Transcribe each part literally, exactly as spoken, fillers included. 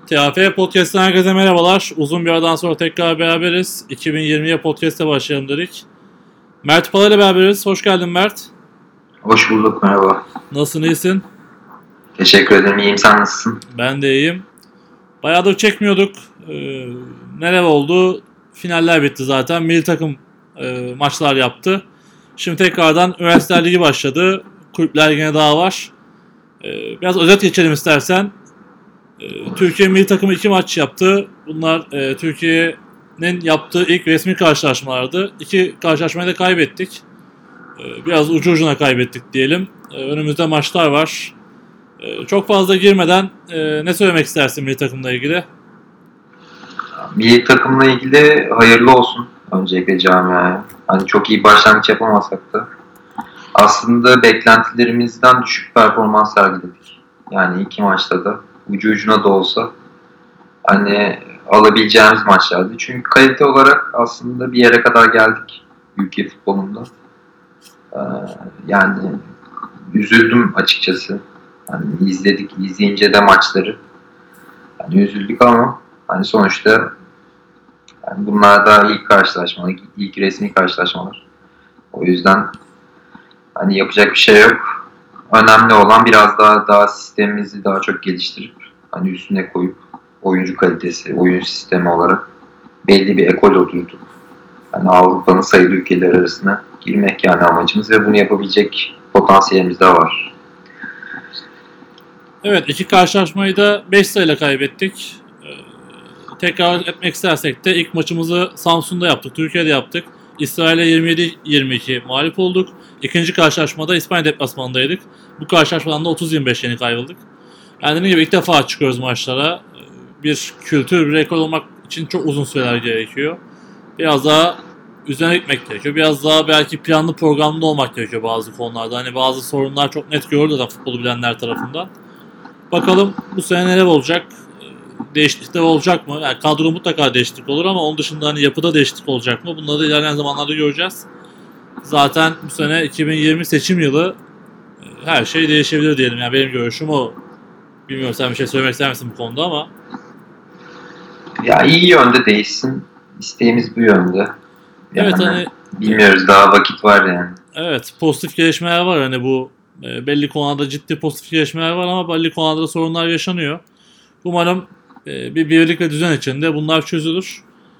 T A F Podcast'tan herkese merhabalar. Uzun bir aradan sonra tekrar beraberiz. iki bin yirmiye Podcast'e başlayalım dedik. Mert Pala ile beraberiz. Hoş geldin Mert. Hoş bulduk, merhaba. Nasılsın, iyisin? Teşekkür ederim, iyiyim. Sen nasılsın? Ben de iyiyim. Bayağıdır çekmiyorduk. Ee, neler oldu? Finaller bitti zaten. Milli takım e, maçlar yaptı. Şimdi tekrardan Üniversiteler Ligi başladı. Kulüpler yine daha var. Ee, biraz özet geçelim istersen. Türkiye milli takımı iki maç yaptı. Bunlar e, Türkiye'nin yaptığı ilk resmi karşılaşmalardı. İki karşılaşmayı da kaybettik. E, biraz ucu ucuna kaybettik diyelim. E, önümüzde maçlar var. E, çok fazla girmeden e, ne söylemek istersin milli takımla ilgili? Milli takımla ilgili hayırlı olsun öncelikle camiaya. Hani çok iyi başlangıç yapamasak da aslında beklentilerimizden düşük performans sergiledik. Yani iki maçta da ucu ucuna da olsa hani alabileceğimiz maçlardı. Çünkü kalite olarak aslında bir yere kadar geldik ülke futbolunda. Ee, yani üzüldüm açıkçası. Hani izledik, izleyince de maçları. Hani üzüldük ama hani sonuçta yani bunlar da ilk karşılaşmalar, ilk resmi karşılaşmalar. O yüzden hani yapacak bir şey yok. Önemli olan biraz daha daha sistemimizi daha çok geliştirip hani üstüne koyup oyuncu kalitesi, oyun sistemi olarak belli bir ekol oturtup hani Avrupa'nın sayılı ülkeleri arasına girmek yani amacımız ve bunu yapabilecek potansiyelimiz de var. Evet, iki karşılaşmayı da beş sayıyla kaybettik. Ee, tekrar etmek istersek de ilk maçımızı Samsun'da yaptık, Türkiye'de yaptık. İsrail'e yirmi yedi yirmi iki mağlup olduk. İkinci karşılaşmada İspanya deplasmanındaydık. Bu karşılaşmadan da otuz yirmi beş yenik ayrıldık. Yani dediğim gibi ilk defa çıkıyoruz maçlara. Bir kültür, bir rekor olmak için çok uzun süreler gerekiyor. Biraz daha üzerine gitmek gerekiyor. Biraz daha belki planlı programlı olmak gerekiyor bazı konularda. Hani bazı sorunlar çok net görüldü da futbolu bilenler tarafından. Bakalım bu sene neler olacak? Değişiklikler olacak mı? Yani kadro mutlaka değişiklik olur ama onun dışında hani yapıda değişiklik olacak mı? Bunları da ilerleyen zamanlarda göreceğiz. Zaten bu sene iki bin yirmi seçim yılı, her şey değişebilir diyelim. Yani benim görüşüm o. Bilmiyorum, sen bir şey söylemek ister misin bu konuda ama? Ya iyi yönde değişsin. İsteğimiz bu yönde. Yani evet hani bilmiyoruz, daha vakit var yani. Evet, pozitif gelişmeler var. Hani bu e, belli konularda ciddi pozitif gelişmeler var ama belli konularda sorunlar yaşanıyor. Umarım e, bir birlik ve düzen içinde bunlar çözülür.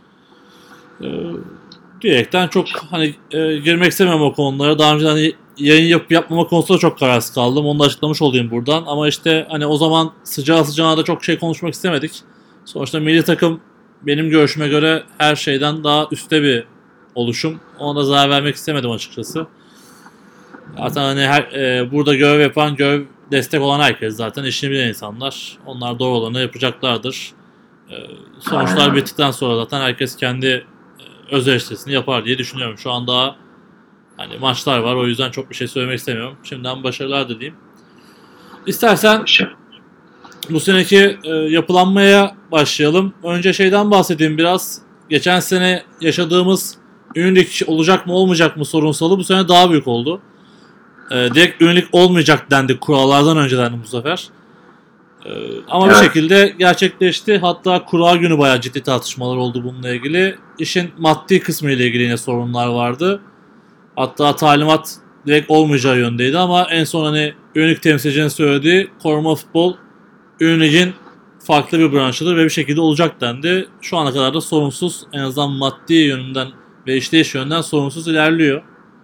E, diyerekten çok hani e, girmek istemiyorum o konulara. Daha önce hani yayın yapıp yapmama konusunda çok kararsız kaldım. Onu da açıklamış olayım buradan. Ama işte hani o zaman sıcağı sıcağına da çok şey konuşmak istemedik. Sonuçta milli takım benim görüşüme göre her şeyden daha üstte bir oluşum. Ona da zarar vermek istemedim açıkçası. Zaten hani her, e, burada görev yapan, görev destek olan herkes zaten işini bilen insanlar. Onlar doğru olanı yapacaklardır. E, sonuçlar Aynen. bittikten sonra zaten herkes kendi e, öz eleştirisini yapar diye düşünüyorum. Şu an daha hani maçlar var, o yüzden çok bir şey söylemek istemiyorum. Şimdiden başarılar dileyim. İstersen bu seneki e, yapılanmaya başlayalım. Önce şeyden bahsedeyim biraz. Geçen sene yaşadığımız ünlülük olacak mı olmayacak mı sorunsalı bu sene daha büyük oldu. E, direkt ünlülük olmayacak dendi kurallardan önceden bu sefer. E, ama evet, bir şekilde gerçekleşti. Hatta kura günü bayağı ciddi tartışmalar oldu bununla ilgili. İşin maddi kısmı ile ilgili yine sorunlar vardı. Hatta talimat direkt olmayacağı yöndeydi ama en son hani ünlülük temsilcinin söylediği koruma futbol ünlülüğün farklı bir branşıdır ve bir şekilde olacak dendi. Şu ana kadar da sorunsuz, en azından maddi yönünden ve işleyiş yönünden sorunsuz ilerliyor.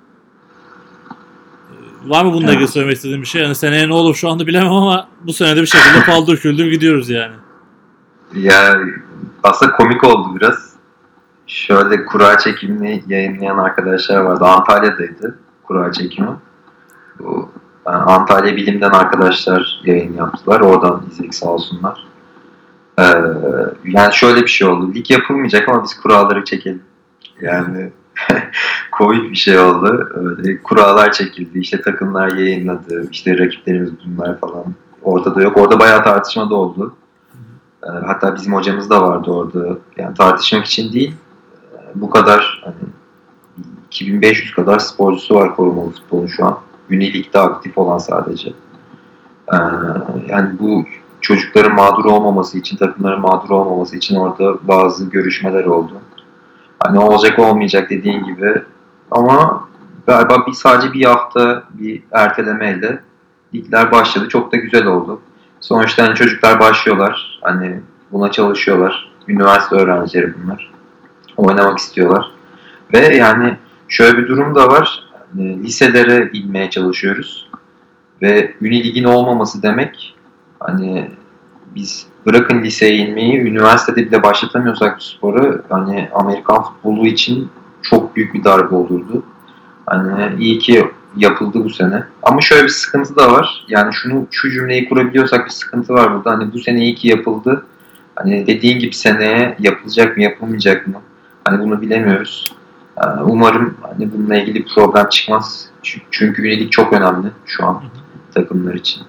Var mı bununla ilgili söylemek istediğin bir şey? Yani seneye ne olur şu anda bilemem ama bu sene de bir şekilde paldır küldür gidiyoruz yani. Ya aslında komik oldu biraz. Şöyle kura çekimini yayınlayan arkadaşlar vardı. Antalya'daydı kura çekimi. Bu yani Antalya Bilim'den arkadaşlar yayın yaptılar. Oradan izledik sağ olsunlar. Ee, yani şöyle bir şey oldu. Lig yapılmayacak ama biz kuralları çekelim. Yani komik bir şey oldu. Öyle kurallar çekildi. İşte takımlar yayınladı. İşte rakiplerimiz bunlar falan. Ortada yok. Orada bayağı tartışma da oldu. Ee, hatta bizim hocamız da vardı orada. Yani tartışmak için değil. Bu kadar hani iki bin beş yüz kadar sporcusu var korumalı futbolun şu an. Ünlü ligde aktif olan sadece. Ee, yani bu çocukların mağdur olmaması için, takımların mağdur olmaması için orada bazı görüşmeler oldu. Hani olacak olmayacak dediğin gibi. Ama galiba bir sadece bir hafta bir ertelemeyle ligler başladı. Çok da güzel oldu. Sonuçta hani çocuklar başlıyorlar. Hani buna çalışıyorlar. Üniversite öğrencileri bunlar. Oynamak istiyorlar. Ve yani şöyle bir durum da var. Hani liselere inmeye çalışıyoruz. Ve Unilig'in olmaması demek, hani biz bırakın liseye inmeyi, üniversitede bile başlatamıyorsak bu sporu, hani Amerikan futbolu için çok büyük bir darbe olurdu. Hani iyi ki yapıldı bu sene. Ama şöyle bir sıkıntı da var. Yani şunu şu cümleyi kurabiliyorsak bir sıkıntı var burada. Hani bu sene iyi ki yapıldı. Hani dediğin gibi seneye yapılacak mı, yapılmayacak mı? Hani bunu bilemiyoruz. Umarım hani bununla ilgili bir problem çıkmaz. Çünkü üyelik çok önemli şu an takımlar için.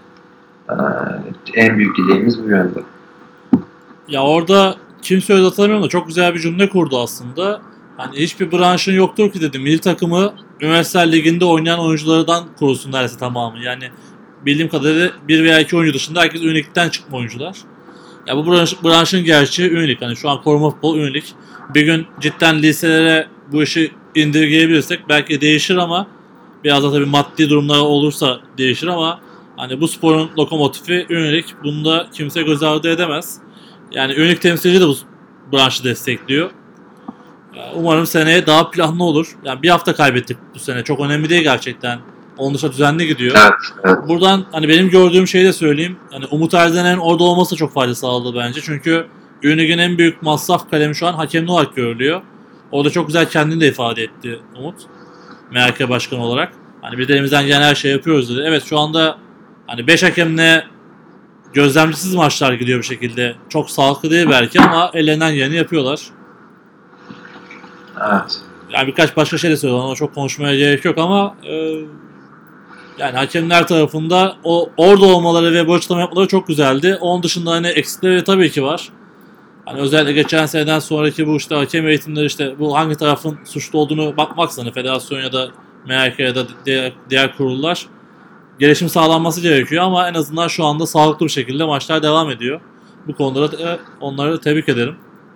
En büyük dileğimiz bu yönde. Ya orada kim söyledi hatırlamıyorum da çok güzel bir cümle kurdu aslında. Hani hiçbir branşın yoktur ki dedi. Milli takımı Üniversiteler Ligi'nde oynayan oyunculardan kurulsun neredeyse tamamı. Yani bildiğim kadarıyla bir veya iki oyuncu dışında herkes Ünilik'ten çıkma oyuncular. Ya bu branş, branşın gerçeği Ünilik. Hani şu an koruma futbol Ünilik. Bir gün cidden liselere bu işi indirgeyebilirsek belki değişir ama biraz da tabii maddi durumlar olursa değişir ama hani bu sporun lokomotifi Ünilik. Bunu da kimse göz ardı edemez. Yani Ünilik temsilci de bu branşı destekliyor. Umarım seneye daha planlı olur. Yani bir hafta kaybettik bu sene. Çok önemli değil gerçekten. Onun dışında düzenli gidiyor. Evet, evet. Buradan hani benim gördüğüm şeyi de söyleyeyim. Hani Umut Erdener'in orada olması çok fayda sağladı bence. Çünkü Ünilig'in en büyük masraf kalemi şu an hakemli olarak görülüyor. Orada çok güzel kendini de ifade etti Umut. M H K başkanı olarak. Hani biz de elimizden gelen her şeyi yapıyoruz dedi. Evet şu anda hani beş hakemle gözlemcisiz maçlar gidiyor bir şekilde. Çok sağlıklı değil belki ama ellerinden geleni yapıyorlar. Evet. Yani birkaç başka şey de söylüyorum ama çok konuşmaya gerek yok ama e, yani hakemler tarafında o orada olmaları ve bu açıklama yapmaları çok güzeldi. Onun dışında hani eksikleri tabii ki var. Hani özellikle geçen seneden sonraki bu işte hakem eğitimleri işte bu hangi tarafın suçlu olduğunu bakmaksızın hani federasyon ya da M H K ya da diğer, diğer kurullar gelişim sağlanması gerekiyor ama en azından şu anda sağlıklı bir şekilde maçlar devam ediyor. Bu konuda da onları tebrik ederim.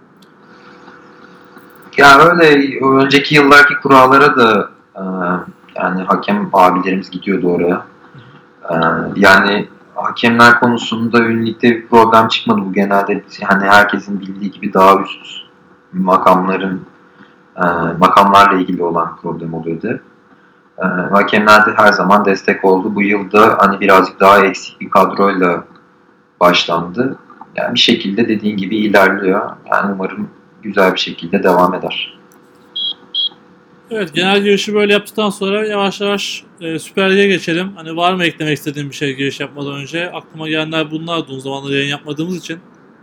Ya öyle önceki yıllarki kurallara da e, yani hakem abilerimiz gidiyordu oraya. E, yani hakemler konusunda Ünilik'te bir problem çıkmadı. Bu genelde hani herkesin bildiği gibi daha üst makamların e, makamlarla ilgili olan problem oluyordu. E, hakemler de her zaman destek oldu. Bu yılda hani birazcık daha eksik bir kadroyla başlandı. Yani bir şekilde dediğin gibi ilerliyor. Yani umarım güzel bir şekilde devam eder. Evet, genel girişi böyle yaptıktan sonra yavaş yavaş e, Süper Lig'e geçelim. Hani var mı eklemek istediğim bir şey giriş yapmadan önce? Aklıma gelenler bunlardı. Uzun zamandır yayın yapmadığımız için.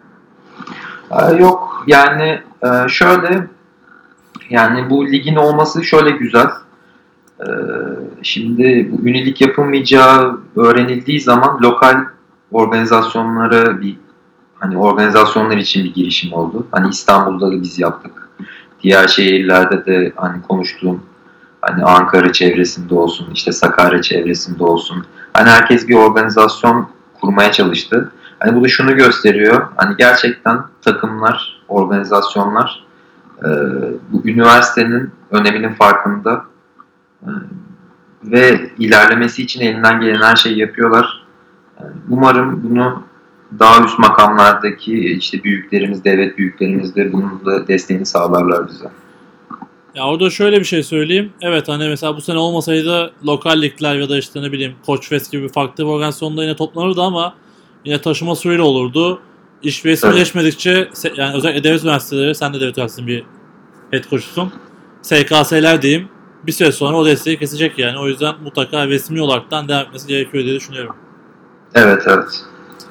Ee, yok yani e, şöyle yani bu ligin olması şöyle güzel. Ee, şimdi bu ünilik yapılmayacağı öğrenildiği zaman lokal organizasyonlara bir hani organizasyonlar için bir girişim oldu. Hani İstanbul'da da biz yaptık. Diğer şehirlerde de hani konuştuğum hani Ankara çevresinde olsun, işte Sakarya çevresinde olsun. Hani herkes bir organizasyon kurmaya çalıştı. Hani bu da şunu gösteriyor. Hani gerçekten takımlar, organizasyonlar e, bu üniversitenin öneminin farkında e, ve ilerlemesi için elinden gelen her şeyi yapıyorlar. E, umarım bunu daha üst makamlardaki işte büyüklerimiz, devlet büyüklerimiz de bunun da desteğini sağlarlar bize. Ya orada şöyle bir şey söyleyeyim. Evet hani mesela bu sene olmasaydı lokal ligler ya da işte ne bileyim Koçfest gibi farklı bir organizasyonda yine toplanırdı ama yine taşıma suyla olurdu. İş resmileşmedikçe yani özellikle devlet üniversiteleri, sen de devlet üniversitesinin bir head coach'usun. S K S'ler diyeyim. Bir süre sonra o desteği kesecek yani. O yüzden mutlaka resmi olaraktan devam etmesi gerekiyor diye düşünüyorum. Evet evet.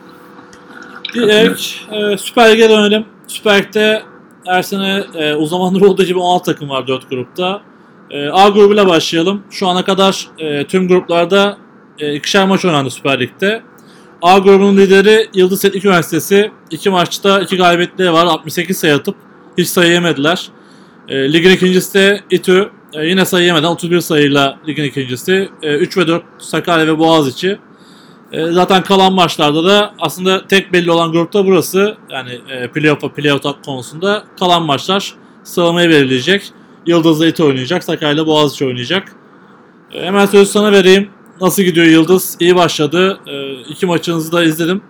Direkt e, Süper Lig'e dönelim. Süper Lig'de her sene e, o zamanlar olduğu gibi on altı takım var dört grupta. E, A grubuyla başlayalım. Şu ana kadar e, tüm gruplarda e, ikişer maç oynandı Süper Lig'de. A grubunun lideri Yıldız Teknik Üniversitesi. iki maçta iki galibiyetleri var. altmış sekiz sayı atıp hiç sayı yemediler. E, ligin ikincisi de İTÜ. E, yine sayı yemeden otuz bir sayıyla ligin ikincisi. E, üç ve dört Sakarya ve Boğaziçi. E, zaten kalan maçlarda da aslında tek belli olan grupta burası. Yani e, playoff'a playoff konusunda kalan maçlar sıralamayı belirleyecek. Yıldız'la İT oynayacak. Sakarya Boğaziçi oynayacak. E, hemen sözü sana vereyim. Nasıl gidiyor Yıldız? İyi başladı. E, iki maçınızı da izledim.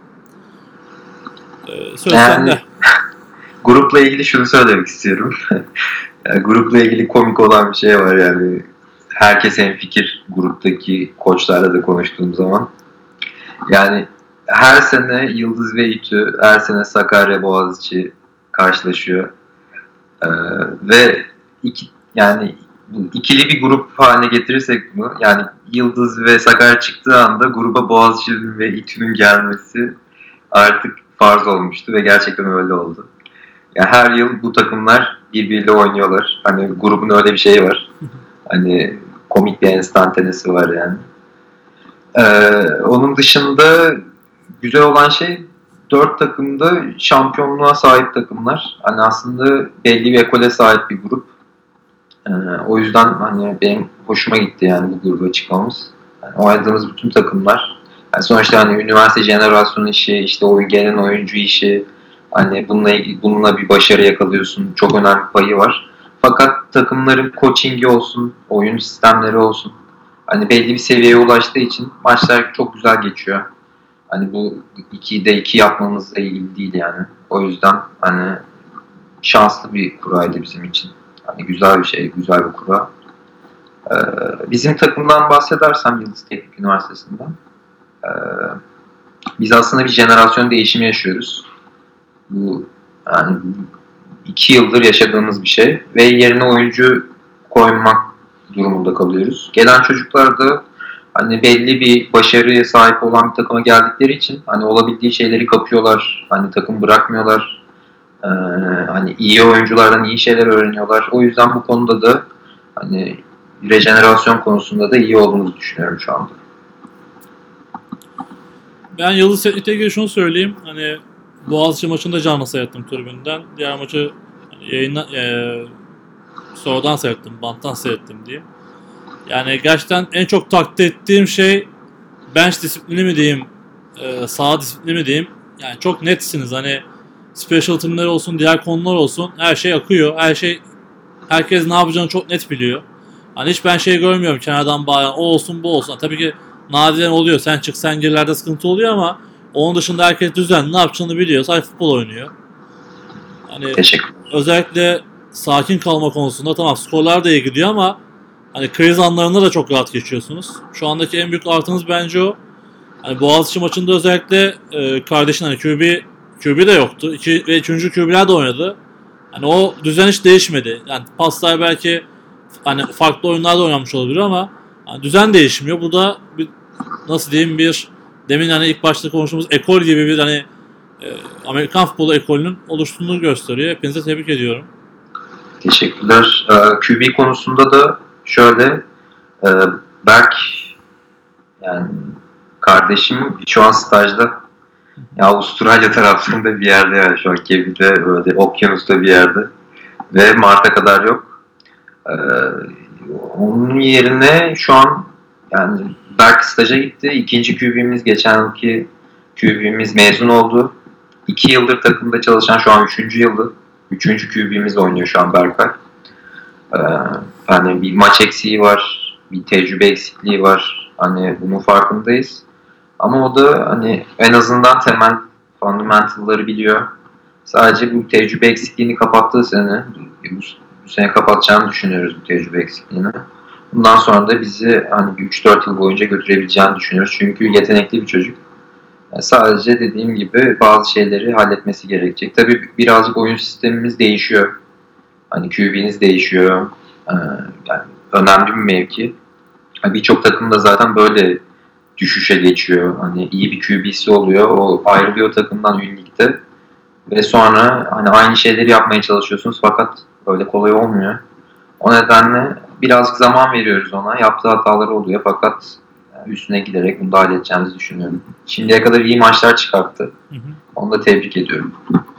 E, söz yani, sende. Grupla ilgili şunu söylemek istiyorum. Yani, grupla ilgili komik olan bir şey var yani. Herkes hemfikir gruptaki koçlarla da konuştuğum zaman. Yani her sene Yıldız ve İTÜ, her sene Sakarya Boğaziçi karşılaşıyor. Ee, ve iki, yani ikili bir grup haline getirirsek bunu, yani Yıldız ve Sakarya çıktığı anda gruba Boğaziçi'nin ve İTÜ'nün gelmesi artık farz olmuştu ve gerçekten öyle oldu. Yani her yıl bu takımlar birbiriyle oynuyorlar. Hani grubun öyle bir şeyi var. Hani komik bir enstantanesi var yani. Ee, onun dışında güzel olan şey dört takımda şampiyonluğa sahip takımlar. Hani aslında belli bir ekole sahip bir grup. Ee, o yüzden hani benim hoşuma gitti yani bu gruba çıkmamız. Yani oynadığımız bütün takımlar. Yani sonuçta hani üniversite jenerasyonu işi, işte oyun gelen oyuncu işi, hani bununla bununla bir başarı yakalıyorsun. Çok önemli payı var. Fakat takımların coachingi olsun, oyun sistemleri olsun, hani belli bir seviyeye ulaştığı için maçlar çok güzel geçiyor. Hani bu ikide iki yapmamızla ilgili değil yani. O yüzden hani şanslı bir kuraydı bizim için. Hani güzel bir şey, güzel bir kura. Ee, bizim takımdan bahsedersem Yıldız Teknik Üniversitesi'nden. Ee, biz aslında bir jenerasyon değişimi yaşıyoruz. Bu yani iki yıldır yaşadığımız bir şey ve yerine oyuncu koymak durumunda kalıyoruz. Gelen çocuklar da hani belli bir başarıya sahip olan bir takıma geldikleri için hani olabildiği şeyleri kapıyorlar. Hani takım bırakmıyorlar. Ee, hani iyi oyunculardan iyi şeyler öğreniyorlar. O yüzden bu konuda da hani rejenerasyon konusunda da iyi olduğumuzu düşünüyorum şu anda. Ben Yıldız Teknik'le ilgili şunu söyleyeyim. Hani Boğaziçi maçını da canlı seyrettim tribünden. Diğer maçı hani yayına, e, sonradan seyrettim, banttan seyrettim diye. Yani gerçekten en çok takdir ettiğim şey bench disiplini mi diyeyim, e, saha disiplini mi diyeyim. Yani çok netsiniz. Hani special team'ler olsun, diğer konular olsun. Her şey akıyor. Her şey, herkes ne yapacağını çok net biliyor. Hani hiç ben şey görmüyorum kenardan bağıran. O olsun bu olsun. Tabii ki nadiren oluyor. Sen çık sen girilerde sıkıntı oluyor ama onun dışında herkes düzenli ne yapacağını biliyor. Sadece futbol oynuyor. Hani özellikle sakin kalma konusunda tamam skorlar da iyi gidiyor ama hani kriz anlarında da çok rahat geçiyorsunuz. Şu andaki en büyük artınız bence o. Hani Boğaziçi maçında özellikle e, kardeşin hani Q B Q B de yoktu. İki ve üçüncü Q B'ler de oynadı. Hani o düzen hiç değişmedi. Yani paslar belki hani farklı oyunlarda oynanmış olabilir ama hani düzen değişmiyor. Bu da bir, nasıl diyeyim, bir demin hani ilk başta konuştuğumuz ekol gibi bir hani e, Amerikan futbolu ekolünün oluştuğunu gösteriyor. Hepinize tebrik ediyorum. Teşekkürler. Ee, Q B konusunda da şöyle e, Berk yani kardeşim şu an stajda ya Avustralya tarafında bir yerde yani şu an Kevin'de böyle okyanusta bir yerde ve Mart'a kadar yok. Ee, onun yerine şu an yani Berk staja gitti. İkinci Q B'miz geçen yılki Q B'miz mezun oldu. İki yıldır takımda çalışan şu an üçüncü yılı. Üçüncü Q B'miz oynuyor şu an Berkay. Ee, hani bir maç eksiği var, bir tecrübe eksikliği var. Hani bunun farkındayız. Ama o da hani en azından temel fundamental'ları biliyor. Sadece bu tecrübe eksikliğini kapattığı sene, bu, bu sene kapatacağını düşünüyoruz bu tecrübe eksikliğini. Bundan sonra da bizi hani üç dört yıl boyunca götürebileceğini düşünüyoruz. Çünkü yetenekli bir çocuk. Yani sadece dediğim gibi bazı şeyleri halletmesi gerekecek. Tabii birazcık oyun sistemimiz değişiyor. Hani Q B'niz değişiyor. Ee, yani önemli bir mevki. Yani birçok takımda zaten böyle düşüşe geçiyor. Hani iyi bir Q B'si oluyor. O ayrılıyor takımdan ün ligde. Ve sonra hani aynı şeyleri yapmaya çalışıyorsunuz fakat öyle kolay olmuyor. O nedenle birazcık zaman veriyoruz ona. Yaptığı hatalar oluyor fakat üstüne giderek bunu da halledeceğimizi düşünüyorum. Şimdiye kadar iyi maçlar çıkarttı. Hı hı. Onu da tebrik ediyorum.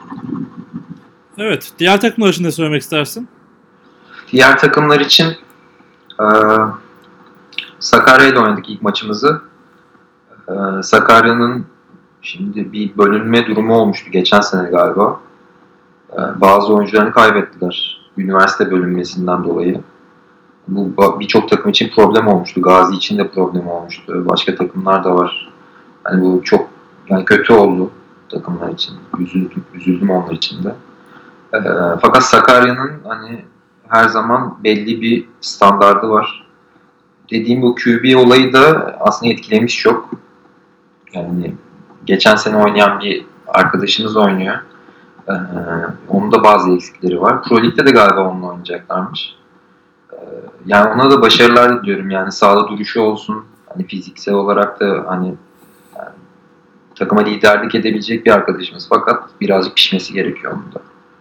Evet. Diğer takımlar için ne söylemek istersin? Diğer takımlar için e, Sakarya'yla oynadık ilk maçımızı. Ee, Sakarya'nın şimdi bir bölünme durumu olmuştu geçen sene galiba. Ee, bazı oyuncularını kaybettiler üniversite bölünmesinden dolayı. Bu birçok takım için problem olmuştu. Gazi için de problem olmuştu. Başka takımlar da var. Yani bu çok yani kötü oldu takımlar için. Üzüldüm, üzüldüm onlar için de. Ee, fakat Sakarya'nın hani her zaman belli bir standardı var. Dediğim bu Q B olayı da aslında etkilemiş çok. Yani geçen sene oynayan bir arkadaşımız oynuyor. Ee, onun da bazı eksikleri var. Pro Lig'de de galiba onunla oynayacaklarmış. Ee, yani ona da başarılar diliyorum. Yani sahada duruşu olsun. Hani fiziksel olarak da hani yani, takıma liderlik edebilecek bir arkadaşımız. Fakat birazcık pişmesi gerekiyor onun da.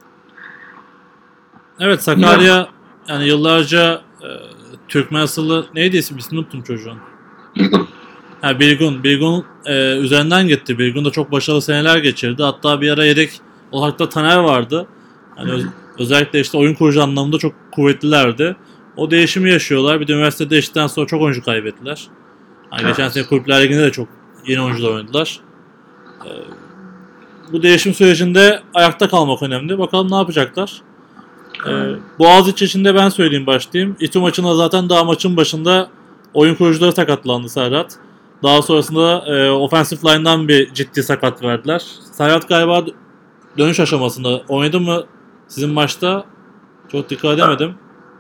Evet, Sakarya yani yıllarca e, Türkmen asıllı neydi ismi? İsmini unuttum çocuğun. Bilgun. Ha, Bilgun. Bilgun e, üzerinden gitti. Bilgun da çok başarılı seneler geçirdi. Hatta bir ara yedek olarak da Taner vardı. Yani öz, özellikle işte oyun kurucu anlamında çok kuvvetlilerdi. O değişimi yaşıyorlar. Bir de üniversitede değiştikten sonra çok oyuncu kaybettiler. Yani geçen sene Kulüpler Ligi'nde de çok yeni oyuncular oynadılar. E, bu değişim sürecinde ayakta kalmak önemli. Bakalım ne yapacaklar. Ee, Boğaziçi için de ben söyleyeyim başlayayım. İTÜ maçında zaten daha maçın başında oyun kurucuları sakatlandı Serhat. Daha sonrasında e, offensive line'dan bir ciddi sakat verdiler. Serhat galiba dönüş aşamasında oynadı mı sizin maçta? Çok dikkat edemedim.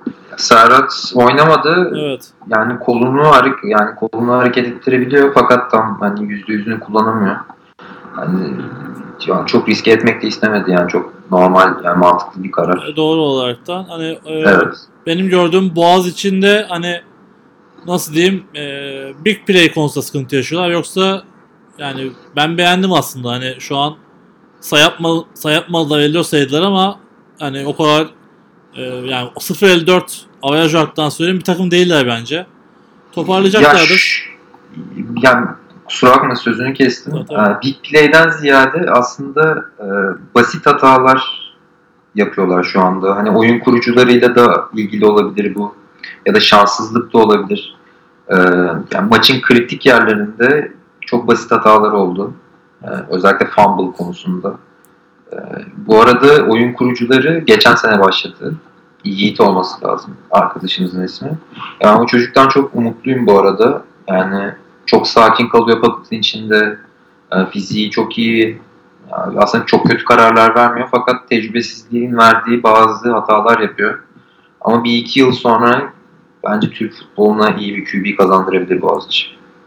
Serhat oynamadı. Evet. Yani kolunu hareket yani kolunu hareket ettirebiliyor fakat tam hani yüzde yüzünü kullanamıyor. Hani yani çok riske etmek de istemedi yani çok normal yani mantıklı bir karar. E, doğru olaraktan hani e, Evet. benim gördüğüm Boğaz içinde hani nasıl diyeyim e, big play konusunda sıkıntı yaşıyorlar. Yoksa yani ben beğendim aslında hani şu an sayapma sayapmalılar elli sayıdılar ama hani o kadar e, yani sıfır virgül elli dört averaj olaraktan söyleyeyim bir takım değiller bence. Toparlayacaklardır. Ya, yani kusura bakma sözünü kestim. Evet, evet. Big play'den ziyade aslında e, basit hatalar yapıyorlar şu anda. Hani oyun kurucularıyla da ilgili olabilir bu. Ya da şanssızlık da olabilir. E, yani maçın kritik yerlerinde çok basit hatalar oldu. E, özellikle fumble konusunda. E, bu arada oyun kurucuları geçen sene başladı. Yiğit olması lazım arkadaşımızın ismi. Yani o çocuktan çok umutluyum bu arada. Yani çok sakin kalıyor paketın içinde. E, fiziği çok iyi. Yani aslında çok kötü kararlar vermiyor fakat tecrübesizliğin verdiği bazı hatalar yapıyor. Ama bir iki yıl sonra bence Türk futboluna iyi bir Q B kazandırabilir Boğaziçi.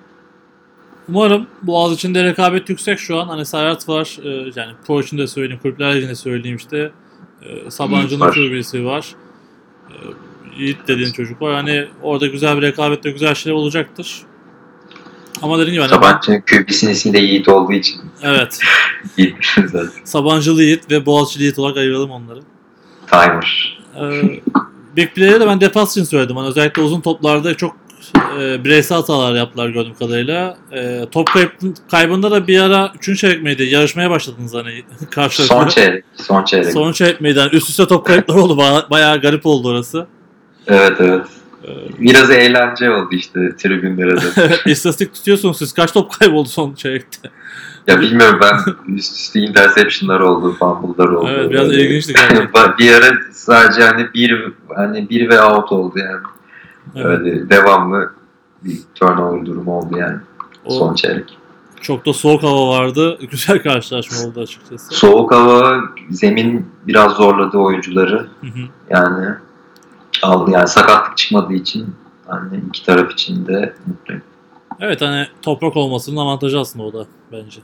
Umarım Boğaz içinde rekabet yüksek şu an. Hani Serhat var. E, yani Pro için de söyleyeyim, Kulüpler Ligi'nde söyleyeyim işte. E, Sabancı'nın Q B'si var. E, Yiğit dediğin çocuk var. Hani orada güzel bir rekabette güzel şeyler olacaktır. Ama dediğim gibi hani Sabancı'nın Q B'sinin ismi de Yiğit olduğu için. evet. Yiğit zaten. Sabancılı Yiğit ve Boğaziçi'li Yiğit olarak ayıralım onları. Timer. Ee, Big Play'de de ben defans için söyledim. Hani özellikle uzun toplarda çok e, bireysel hatalar yaptılar gördüğüm kadarıyla. E, top kayıp, kaybında da bir ara üçüncü çeyrek miydi? Yarışmaya başladınız hani karşılıklı. Son çeyrek. Son çeyrek. Son çeyrek miydi? Yani üst üste top kayıpları oldu. Ba- bayağı garip oldu orası. Evet evet. Ee, Biraz eğlence oldu işte tribünlere de. İstatistik tutuyorsunuz siz. Kaç top kayboldu son çeyrekte? Ya bilmiyorum ben üst üste interception'lar oldu, fumble'lar oldu. Evet biraz böyle. ilginçti gerçekten. Bir ara sadece hani bir hani bir ve out oldu yani. Evet. Öyle devamlı bir turnover durumu oldu yani. O, Son çeyrek. Çok da soğuk hava vardı. Güzel karşılaşma oldu açıkçası. Soğuk hava, zemin biraz zorladı oyuncuları. Hı hı. Yani aldı yani sakatlık çıkmadığı için hani iki taraf için de mutluyum. Evet hani toprak olmasının avantajı aslında o da bence.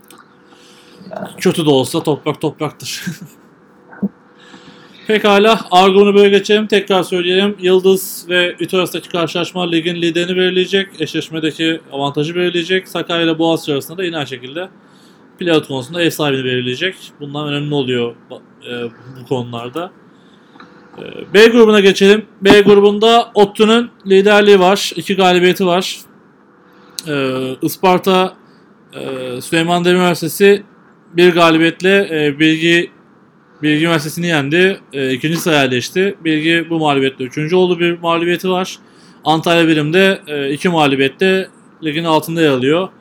Yani. Kötü de olsa toprak topraktır. Pekala Argon'u böyle geçelim. Tekrar söyleyelim. Yıldız ve İTÜ arasındaki karşılaşma ligin liderini belirleyecek. Eşleşmedeki avantajı belirleyecek. Sakarya ile Boğaziçi arasında da yine aynı şekilde playout konusunda ev sahibini belirleyecek. Bunlar önemli oluyor e, bu konularda. E, B grubuna geçelim. B grubunda ODTÜ'nün liderliği var. İki galibiyeti var. E, Isparta e, Süleyman Demirel Üniversitesi bir galibiyetle e, Bilgi Bilgi Üniversitesi'ni yendi. E, ikinci sıraya yerleşti. Bilgi bu mağlubiyetle üçüncü oldu. Bir mağlubiyeti var. Antalya Birim'de e, iki mağlubiyette ligin altında yer alıyor.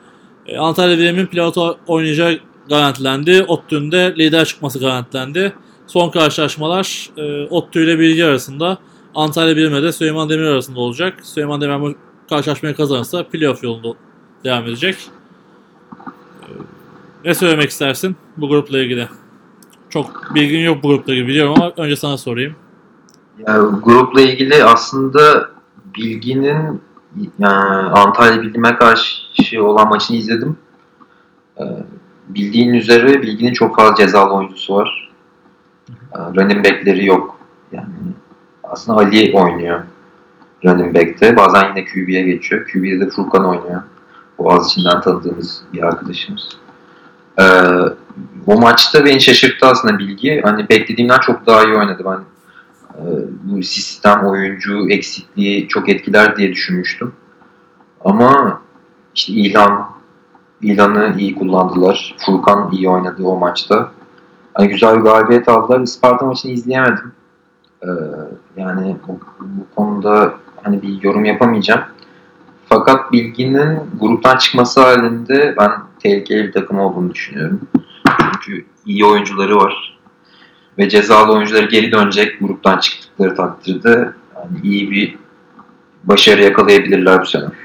E, Antalya Bilim'in pilot oynayacağı garantilendi. ODTÜ'nün de lider çıkması garantilendi. Son karşılaşmalar e, ODTÜ ile Bilgi arasında. Antalya Bilim'le de Süleyman Demir arasında olacak. Süleyman Demir bu karşılaşmayı kazanırsa playoff yolunda devam edecek. E, ne söylemek istersin bu grupla ilgili? Çok bilgin yok bu grupla ilgili biliyorum ama önce sana sorayım. Yani grupla ilgili aslında Bilgi'nin yani Antalya Bilim'e karşı olan maçını izledim. Ee, bildiğin üzere Bilgi'nin çok fazla cezalı oyuncusu var. Ee, running back'leri yok. Yani aslında Ali oynuyor running back'te. Bazen yine Q B'ye geçiyor. Q B'de de Furkan oynuyor. Boğaziçi'nden tanıdığımız bir arkadaşımız. Ee, o maçta beni şaşırttı aslında Bilgi. Hani beklediğimden çok daha iyi oynadı. Ben e, bu sistem oyuncu eksikliği çok etkiler diye düşünmüştüm. Ama işte İlhan İlhan'ı iyi kullandılar. Furkan iyi oynadı o maçta. Hani güzel bir galibiyet aldılar. Isparta maçını izleyemedim. Ee, yani bu, bu konuda hani bir yorum yapamayacağım. Fakat Bilgi'nin gruptan çıkması halinde ben tehlikeli bir takım olduğunu düşünüyorum. Çünkü iyi oyuncuları var. Ve cezalı oyuncuları geri dönecek gruptan çıktıkları takdirde yani iyi bir başarı yakalayabilirler bu sene.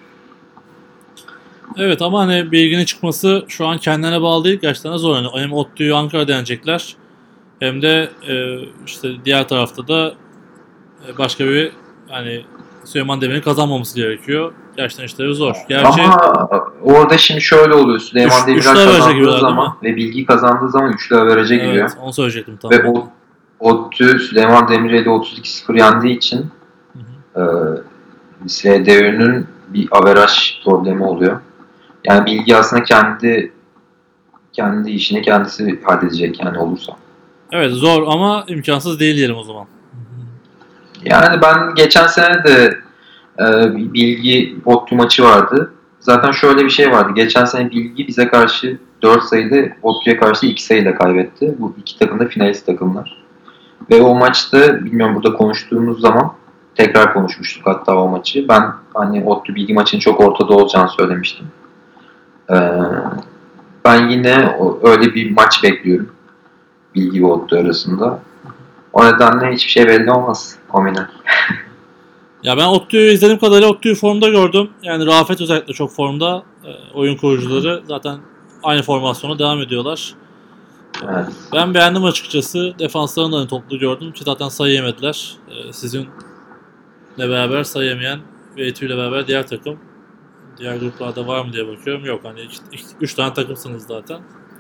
Evet ama hani Bilgi'nin çıkması şu an kendine bağlı değil. Gerçekten de zor. Yani hem ODTÜ'yü Ankara'da yenecekler hem de e, işte diğer tarafta da e, başka bir hani Süleyman Demir'in kazanmaması gerekiyor. Gerçekten işleri zor. Gerçi ama orada şimdi şöyle oluyor. Süleyman üç, Demirel kazandığı zaman ve Bilgi kazandığı zaman üçlü averaja evet, giriyor. onu söyleyecektim. Tamam. Ve o ODTÜ Süleyman Demirel'i otuz iki sıfır yendiği için hı hı. E, S D Ü'nün bir averaj problemi oluyor. Yani Bilgi aslında kendi kendi işini kendisi halledecek yani olursa. Evet zor ama imkansız değil diyelim o zaman. Yani ben geçen sene de e, Bilgi ODTÜ maçı vardı. Zaten şöyle bir şey vardı. Geçen sene Bilgi bize karşı dört sayıda, ODTÜ'ye karşı iki sayıyla kaybetti. Bu iki takım da finalist takımlar. Ve o maçta bilmiyorum burada konuştuğumuz zaman tekrar konuşmuştuk hatta o maçı. Ben hani ODTÜ Bilgi maçının çok ortada olacağını söylemiştim. Ee, ben yine öyle bir maç bekliyorum. Bilgi ve ODTÜ arasında. O nedenle hiçbir şey belli olmaz Komine. Ya ben ODTÜ'yü izlediğim kadarıyla ODTÜ'yü formda gördüm. Yani Rafet özellikle çok formda. E, oyun kurucuları zaten aynı formasyona devam ediyorlar. Evet. Ben beğendim açıkçası. Defanslarını da hani toplu gördüm ki zaten sayı yemediler. E, sizinle beraber sayı yemeyen ve Etü ile beraber diğer takım. Diğer gruplarda var mı diye bakıyorum. Yok hani üç tane takımsınız zaten.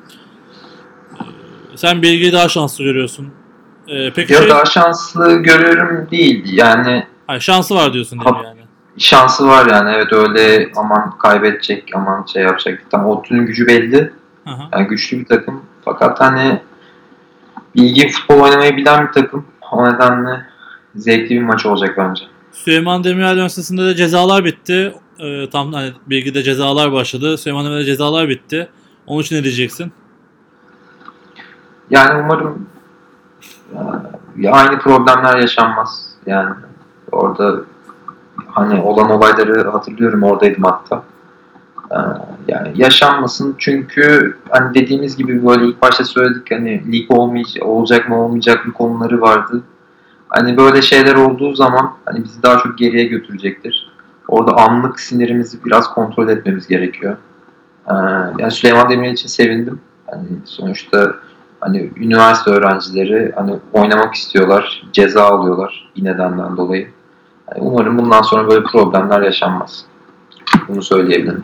E, sen Bilgi'yi daha şanslı görüyorsun. E, peki Yok şey... daha şanslı görüyorum değil. Yani Hayır, şansı var diyorsun değil mi yani? Şansı var yani evet öyle aman kaybedecek aman şey yapacak. Tam ODTÜ'nün gücü belli. Aha. Yani güçlü bir takım. Fakat hani Bilgi futbol oynamayı bilen bir takım. O nedenle zevkli bir maç olacak bence. Süleyman Demirel Üniversitesi'nde de cezalar bitti. Ee, tam hani Bilgi'de cezalar başladı. Süleyman Demirel'de cezalar bitti. Onun için ne diyeceksin? Yani umarım ya, aynı problemler yaşanmaz. Yani orada hani olan olayları hatırlıyorum oradaydım hatta. Ee, yani yaşanmasın çünkü hani dediğimiz gibi böyle ilk başta söyledik hani lig olmayacak, olacak mı olmayacak mı konuları vardı. Hani böyle şeyler olduğu zaman hani bizi daha çok geriye götürecektir. Orada anlık sinirimizi biraz kontrol etmemiz gerekiyor. Ee, yani Süleyman Demirel için sevindim. Hani sonuçta hani üniversite öğrencileri hani oynamak istiyorlar, ceza alıyorlar bir nedenden dolayı. Yani umarım bundan sonra böyle problemler yaşanmaz. Bunu söyleyebilirim.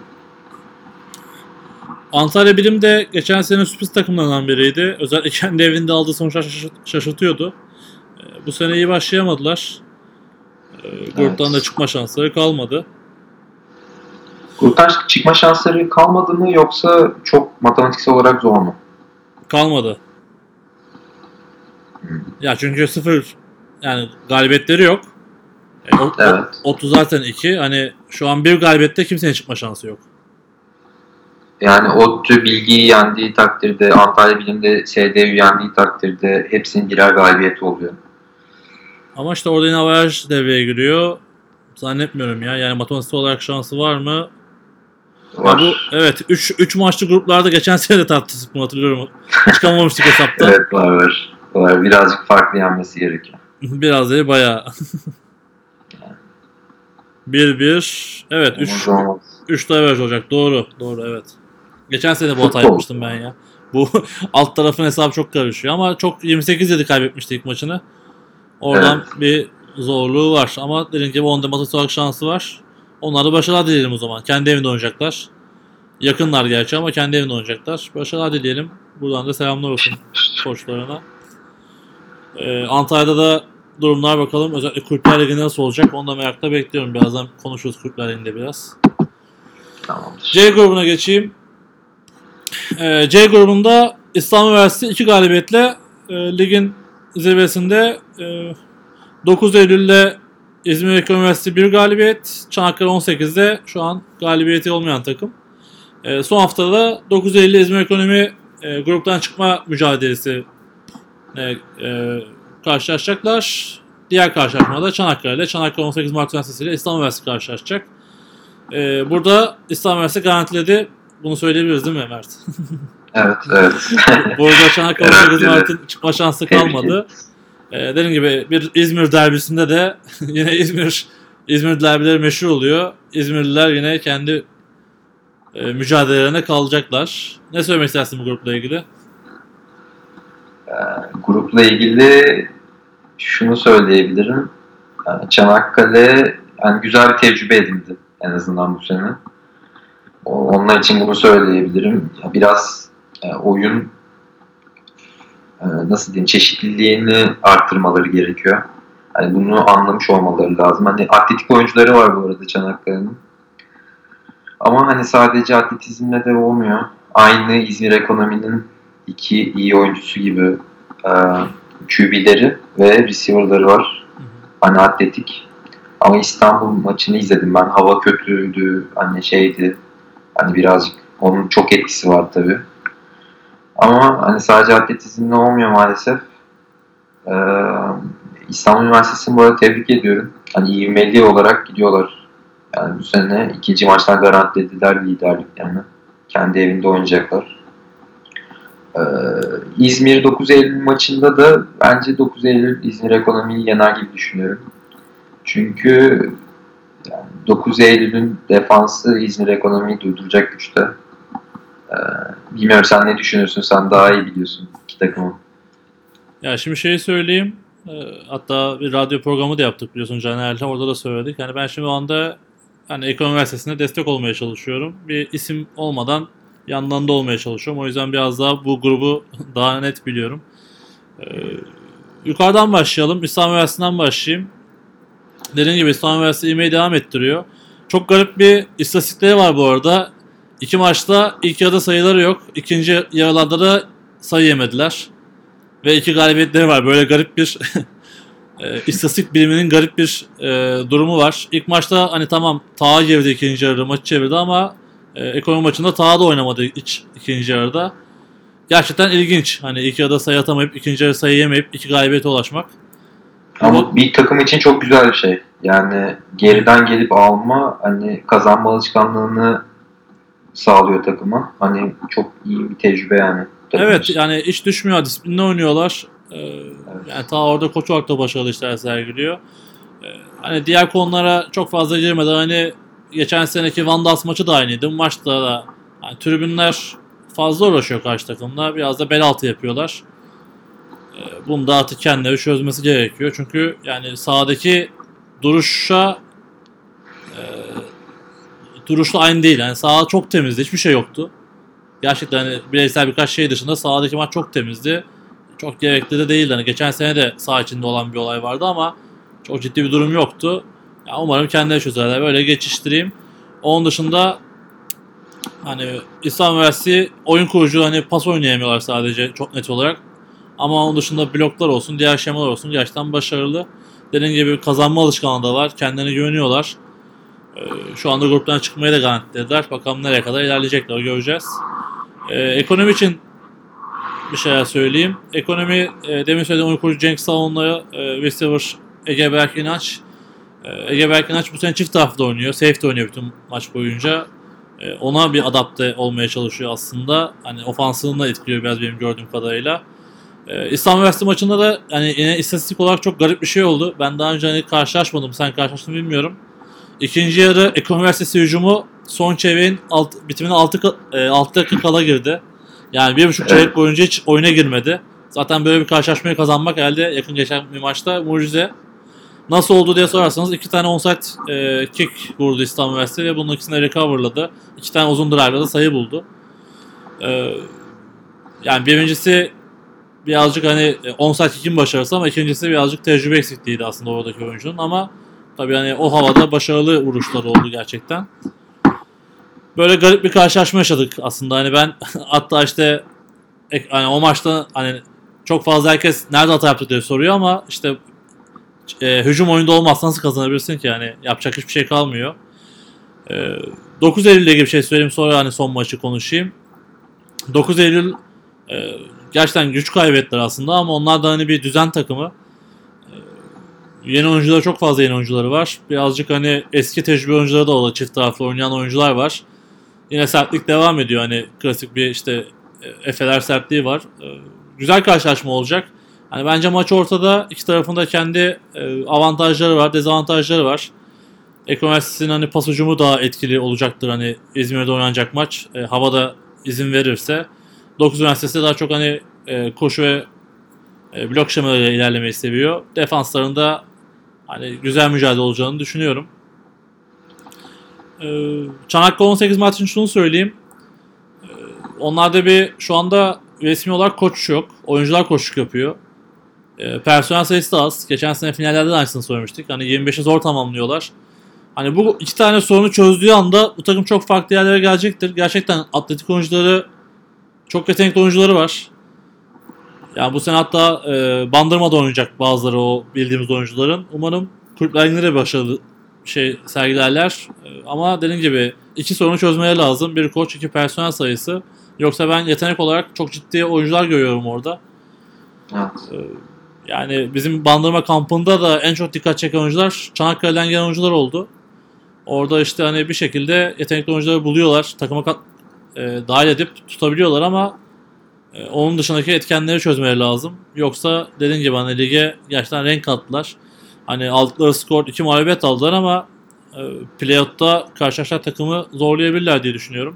Antalya Bilim de geçen sene sürpriz takımlarından biriydi. Özellikle kendi evinde aldığı sonuçlar şaşırtıyordu. Bu sene iyi başlayamadılar. Gruptan evet. da çıkma şansları kalmadı. Gruptan çıkma şansları kalmadı mı yoksa çok matematiksel olarak zor mu? Kalmadı. Hmm. Ya çünkü sıfır yani galibiyetleri yok. E, o, evet. otuz zaten iki. Hani şu an bir galibiyette kimsenin çıkma şansı yok. Yani ODTÜ Bilgi'yi yendiği takdirde, Antalya Bilim'de S D Ü'yü yendiği takdirde hepsinin birer galibiyeti oluyor. Ama işte orada yine averaj devreye giriyor. Zannetmiyorum ya. Yani matematiksel olarak şansı var mı? Ya bu evet üç üç maçlı gruplarda geçen sene de tartıştık bunu hatırlıyorum. Çıkamamıştık hesapta. Evet var var. var. Birazcık farklı yenmesi gerekiyor. Biraz değil bayağı. bir bir Evet üç üç average olacak. Doğru. Doğru evet. Geçen sene bu hata yapmıştım ben ya. Bu alt tarafın hesabı çok karışıyor ama çok yirmi sekiz yedi kaybetmişti ilk maçını. Oradan evet. bir zorluğu var ama dediğim gibi on maç olarak şansı var. Onlara başarılar dileyelim o zaman. Kendi evinde oynayacaklar. Yakınlar gerçi ama kendi evinde oynayacaklar. Başarılar dileyelim. Buradan da selamlar olsun koçlarına. Ee, Antalya'da da durumlar bakalım. Özellikle Kulüpler Ligi nasıl olacak onu da merakla bekliyorum. Birazdan konuşuruz Kulüpler Ligi'nde biraz. Tamamdır. C grubuna geçeyim. Ee, C grubunda İstanbul Üniversitesi iki galibiyetle e, ligin zirvesinde. E, dokuz Eylül'de İzmir Ekonomi Üniversitesi bir galibiyet. Çanakkale on sekizde şu an galibiyeti olmayan takım. E, son haftada da dokuz Eylül İzmir Ekonomi e, gruptan çıkma mücadelesi e, e, karşılaşacaklar. Diğer karşılaşmada Çanakkale ile Çanakkale on sekiz Mart Üniversitesi ile İstanbul Üniversitesi karşılaşacak. E, burada İstanbul Üniversitesi garantiledi. Bunu söyleyebiliriz değil mi Mert? Evet, evet. Burada Çanakkale on sekiz Mart'ın çıkma şansı kalmadı. Ee, dediğim gibi bir İzmir derbisinde de yine İzmir İzmir derbileri meşhur oluyor. İzmirliler yine kendi e, mücadelelerine kalacaklar. Ne söylemek istersin bu grupla ilgili? Ee, grupla ilgili şunu söyleyebilirim. Yani Çanakkale yani güzel bir tecrübe edindi en azından bu sene. Onlar için bunu söyleyebilirim. Biraz e, oyun e, nasıl diyeyim çeşitliliğini arttırmaları gerekiyor. Yani bunu anlamış olmaları lazım. Hani atletik oyuncuları var bu arada Çanakkale'nin. Ama hani sadece atletizmle de olmuyor. Aynı İzmir Ekonomi'nin iki iyi oyuncusu gibi e, Q B'leri ve receiver'ları var. Hani atletik. Ama İstanbul maçını izledim ben. Hava kötüydü. Hani şeydi. Hani birazcık onun çok etkisi var tabii. Ama hani sadece atletizmle olmuyor maalesef. Ee, İstanbul Üniversitesi'ni bu arada tebrik ediyorum. Hani ivmeli olarak gidiyorlar. Yani bu sene ikinci maçtan garantilediler liderliklerini. Kendi evinde oynayacaklar. Ee, İzmir dokuz Eylül maçında da bence dokuz Eylül İzmir Ekonomi'yi yener gibi düşünüyorum. Çünkü yani dokuz Eylül'ün defansı İzmir Ekonomi'yi durduracak güçte. Ee, bilmiyorum sen ne düşünüyorsun? Sen daha iyi biliyorsun iki takımı. Ya şimdi şeyi söyleyeyim. Hatta bir radyo programı da yaptık biliyorsun Caner'le. Orada da söyledik. Yani ben şimdi o anda hani Ekonomi Üniversitesi'ne destek olmaya çalışıyorum. Bir isim olmadan yandan da olmaya çalışıyorum. O yüzden biraz daha bu grubu daha net biliyorum. Ee, yukarıdan başlayalım. İstanbul Üniversitesi'nden başlayayım. Dediğim gibi İstanbul Üniversitesi ivmeyi devam ettiriyor. Çok garip bir istatistikleri var bu arada. İki maçta ilk yarıda sayıları yok. İkinci yarılarda da sayı yemediler. Ve iki galibiyetleri var. Böyle garip bir e, istatistik biliminin garip bir e, durumu var. İlk maçta hani tamam Taha çevirdi ikinci yarıda maçı çevirdi ama e, ekonomi maçında Taha da oynamadı hiç ikinci yarıda. Gerçekten ilginç. Hani ilk yarıda sayı atamayıp ikinci yarıda sayı yemeyip iki galibiyete ulaşmak. Ama, ama bir takım için çok güzel bir şey. Yani geriden gelip alma hani kazanma alışkanlığını sağlıyor takıma. Hani çok iyi bir tecrübe yani. Evet yani hiç düşmüyor. Disiplinli oynuyorlar. Ee, evet. Yani ta orada koç olarak da başarılı işler sergiliyor. Ee, hani diğer konulara çok fazla girmeden hani geçen seneki Van Das maçı da aynıydı. Bu maçta da yani tribünler fazla uğraşıyor karşı takımla. Biraz da bel altı yapıyorlar. Ee, bunu da artık kendileri çözmesi gerekiyor. Çünkü yani sahadaki duruşa e, duruşla aynı değil. Yani saha çok temizdi. Hiçbir şey yoktu. Gerçekten hani bireysel birkaç şey dışında sahadaki maç çok temizdi. Çok gerekli de değildi. Hani geçen sene de saha içinde olan bir olay vardı ama çok ciddi bir durum yoktu. Yani umarım kendileri çözerler. Böyle geçiştireyim. Onun dışında hani İstanbul Üniversitesi oyun kurucu hani pas oynayamıyorlar sadece çok net olarak. Ama onun dışında bloklar olsun, diğer şemalar olsun gerçekten başarılı. Dediğim gibi kazanma alışkanlığı da var. Kendilerine güveniyorlar. Şu anda gruptan çıkmayı da garantilediler. Bakalım nereye kadar ilerleyecekler göreceğiz. Ee, ekonomi için bir şeyler söyleyeyim. Ekonomi e, demin söylediğim oyun kurucu Cenk Salon'la e, receiver Ege Berk İnanç. E, Ege Berk İnanç bu sene çift taraflı oynuyor. Safety oynuyor bütün maç boyunca. E, ona bir adapte olmaya çalışıyor aslında. Hani ofansını da etkiliyor biraz benim gördüğüm kadarıyla. E, İstanbul Üniversitesi maçında da hani yine istatistik olarak çok garip bir şey oldu. Ben daha önce hani karşılaşmadım. Sen karşılaştın bilmiyorum. İkinci yarı Ekonomi Üniversitesi hücumu son çeyreğin alt, bitimine altı dakika kala girdi. Yani bir buçuk çeyrek boyunca hiç oyuna girmedi. Zaten böyle bir karşılaşmayı kazanmak herhalde yakın geçen bir maçta mucize. Nasıl oldu diye sorarsanız iki tane onside e, kick vurdu İstanbul Üniversitesi ve bunun ikisini recoverladı. İki tane uzun drive'da sayı buldu. E, yani birincisi birazcık hani onside kick'in başarısı ama ikincisi birazcık tecrübe eksikliğiydi aslında oradaki oyuncunun ama tabii hani o havada başarılı vuruşları oldu gerçekten. Böyle garip bir karşılaşma yaşadık aslında. Hani ben hatta işte hani o maçta hani çok fazla herkes nerede hata yaptı diye soruyor ama işte e, hücum oyunda olmazsa nasıl kazanabilirsin ki? Yani yapacak hiçbir şey kalmıyor. E, dokuz Eylül ile ilgili bir şey söyleyeyim sonra hani son maçı konuşayım. dokuz Eylül e, gerçekten güç kaybettiler aslında ama onlar da hani bir düzen takımı. E, yeni oyuncuları çok fazla yeni oyuncuları var. Birazcık hani eski tecrübe oyuncuları da oldu. Çift taraflı oynayan oyuncular var. Yine sertlik devam ediyor. Hani klasik bir işte Efe'ler sertliği var. E, güzel karşılaşma olacak. Hani bence maç ortada. İki tarafında kendi e, avantajları var, dezavantajları var. Ekonomisi'nin hani pas hücumu daha etkili olacaktır hani İzmir'de oynanacak maç. E, havada izin verirse. dokuz Üniversitesi daha çok hani e, koşu ve e, blok şemalarıyla ilerlemeyi seviyor. Defanslarında hani güzel mücadele olacağını düşünüyorum. E, Çanakkale on sekiz maç için şunu söyleyeyim. E, onlarda bir şu anda resmi olarak koç yok. Oyuncular koçluk yapıyor. E, personel sayısı da az. Geçen sene finallerde de aynısını söylemiştik. Hani yirmi beşi zor tamamlıyorlar. Hani bu iki tane sorunu çözdüğü anda bu takım çok farklı yerlere gelecektir. Gerçekten atletik oyuncuları, çok yetenekli oyuncuları var. Yani bu sene hatta e, Bandırma'da oynayacak bazıları o bildiğimiz oyuncuların. Umarım kulüpler yine de başarılı şey sergilerler. E, ama dediğim gibi iki sorunu çözmeleri lazım. Bir koç, iki personel sayısı. Yoksa ben yetenek olarak çok ciddi oyuncular görüyorum orada. Evet. E, yani bizim Bandırma kampında da en çok dikkat çeken oyuncular Çanakkale'den gelen oyuncular oldu. Orada işte hani bir şekilde yetenekli oyuncuları buluyorlar. Takıma kat, e, dahil edip tutabiliyorlar ama e, onun dışındaki etkenleri çözmeleri lazım. Yoksa dediğim gibi hani lige gerçekten renk kattılar. Hani aldıkları skor iki mağlubiyet aldılar ama e, playoff'ta karşılaşan takımı zorlayabilirler diye düşünüyorum.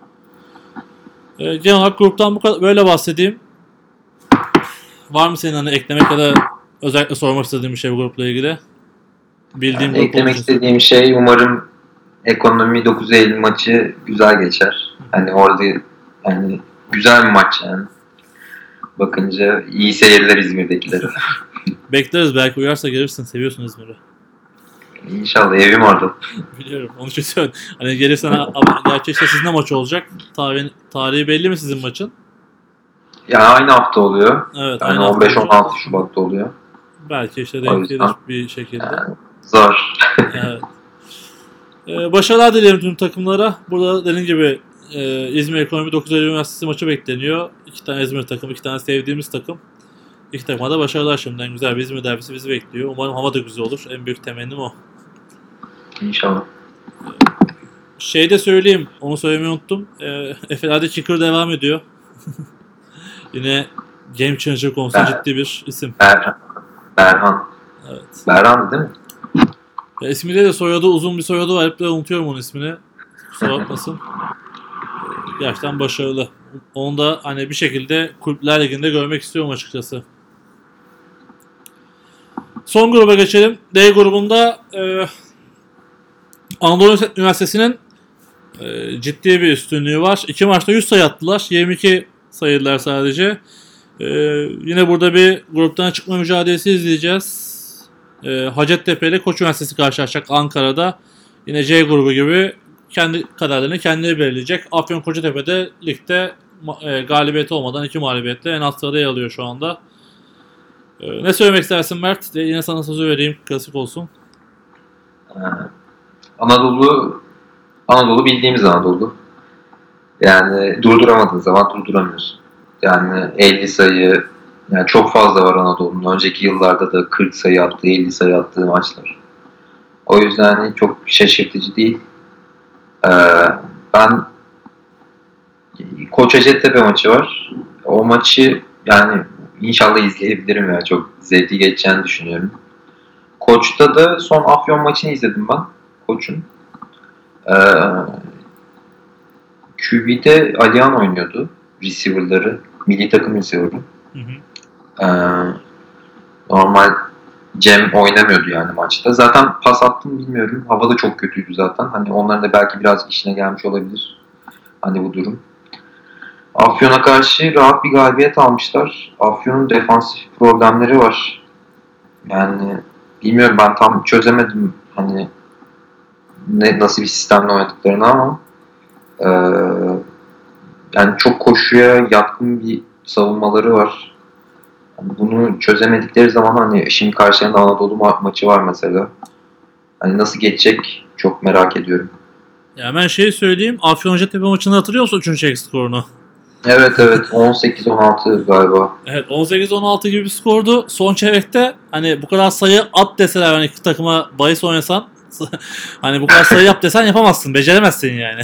E, genel olarak gruptan bu kadar, böyle bahsedeyim. Var mı senin hani eklemek ya da özellikle sormak istediğin bir şey bu grupla ilgili? Bildiğim yani eklemek olacak. istediğim şey umarım Ekonomi dokuz Eylül maçı güzel geçer. Hani orada yani güzel bir maç yani. Bakınca iyi seyirler İzmir'dekilere. Bekleriz, belki uyarsa gelirsin. Seviyorsun İzmir'i. İnşallah, evim orada. Biliyorum. Onu için söylüyorum. Hani gelirsen ama gerçi işte sizin de maç olacak. Tarihi, tarihi belli mi sizin maçın? Ya aynı hafta oluyor. Evet, yani on beş on altı Şubat'ta oluyor. Belki işte denk gelir bir şekilde. Yani zor. Evet. Ee, başarılar dilerim tüm takımlara. Burada dediğim gibi e, İzmir Ekonomi dokuz Eylül Üniversitesi maçı bekleniyor. İki tane İzmir takımı, iki tane sevdiğimiz takım. İki takıma da başarılar şimdiden. Güzel bir İzmir derbisi bizi bekliyor. Umarım hava da güzel olur. En büyük temennim o. İnşallah. Şey de söyleyeyim. Onu söylemeyi unuttum. E, Efe'lerde kicker devam ediyor. Yine Game Changer konusunda Ber- ciddi bir isim. Berhan. Berhan. Evet. Berhan değil mi? Ya isminde de soyadı, uzun bir soyadı var. Hep de unutuyorum onun ismini. Kusura bakmasın. Gerçekten başarılı. Onu da hani bir şekilde Kulüpler Ligi'nde görmek istiyorum açıkçası. Son gruba geçelim. D grubunda e, Anadolu Üniversitesi'nin e, ciddi bir üstünlüğü var. İki maçta yüz sayı attılar. yirmi iki sayıdılar sadece. E, yine burada bir gruptan çıkma mücadelesi izleyeceğiz. E, Hacettepe ile Koç Üniversitesi karşılaşacak Ankara'da. Yine C grubu gibi kendi kaderlerini kendileri belirleyecek. Afyonkarahisar'da ligde e, galibiyeti olmadan iki mağlubiyetle en alt sırada yer alıyor şu anda. E, ne söylemek istersin Mert? De yine sana sözü vereyim. Klasik olsun. Ee, Anadolu Anadolu bildiğimiz Anadolu. Yani durduramadığın zaman durduramıyorsun. Yani elli sayı, yani çok fazla var Anadolu'nun. Önceki yıllarda da kırk sayı attığı, elli sayı attığı maçlar. O yüzden çok şaşırtıcı değil. Ee, ben Koç Hacettepe maçı var. O maçı yani inşallah izleyebilirim ya. Çok zevkli geçeceğini düşünüyorum. Koç'ta da son Afyon maçını izledim ben. Koç'un. Ee, Q B'de Alihan oynuyordu. Receiver'ları. Milli takım receiver'ı. Hı hı. Ee, normal Cem oynamıyordu yani maçta. Zaten pas attım bilmiyorum. Hava da çok kötüydü zaten. Hani onların da belki biraz işine gelmiş olabilir. Hani bu durum. Afyon'a karşı rahat bir galibiyet almışlar. Afyon'un defansif problemleri var. Yani bilmiyorum, ben tam çözemedim hani ne nasıl bir sistemle oynadıklarını ama e, yani çok koşuya yatkın bir savunmaları var. Yani bunu çözemedikleri zaman hani şimdi karşılarında Anadolu ma- maçı var mesela. Hani nasıl geçecek çok merak ediyorum. Ya ben şey söyleyeyim. Afyon Hacettepe maçını hatırlıyor musun? Üçüncü çeyrek skorunu. Evet evet on sekiz on altı galiba. Evet, on sekiz on altı gibi bir skordu. Son çeyrekte hani bu kadar sayı at deseler, hani iki takıma bahis oynasan hani bu kadar sayı yap desen yapamazsın. Beceremezsin yani.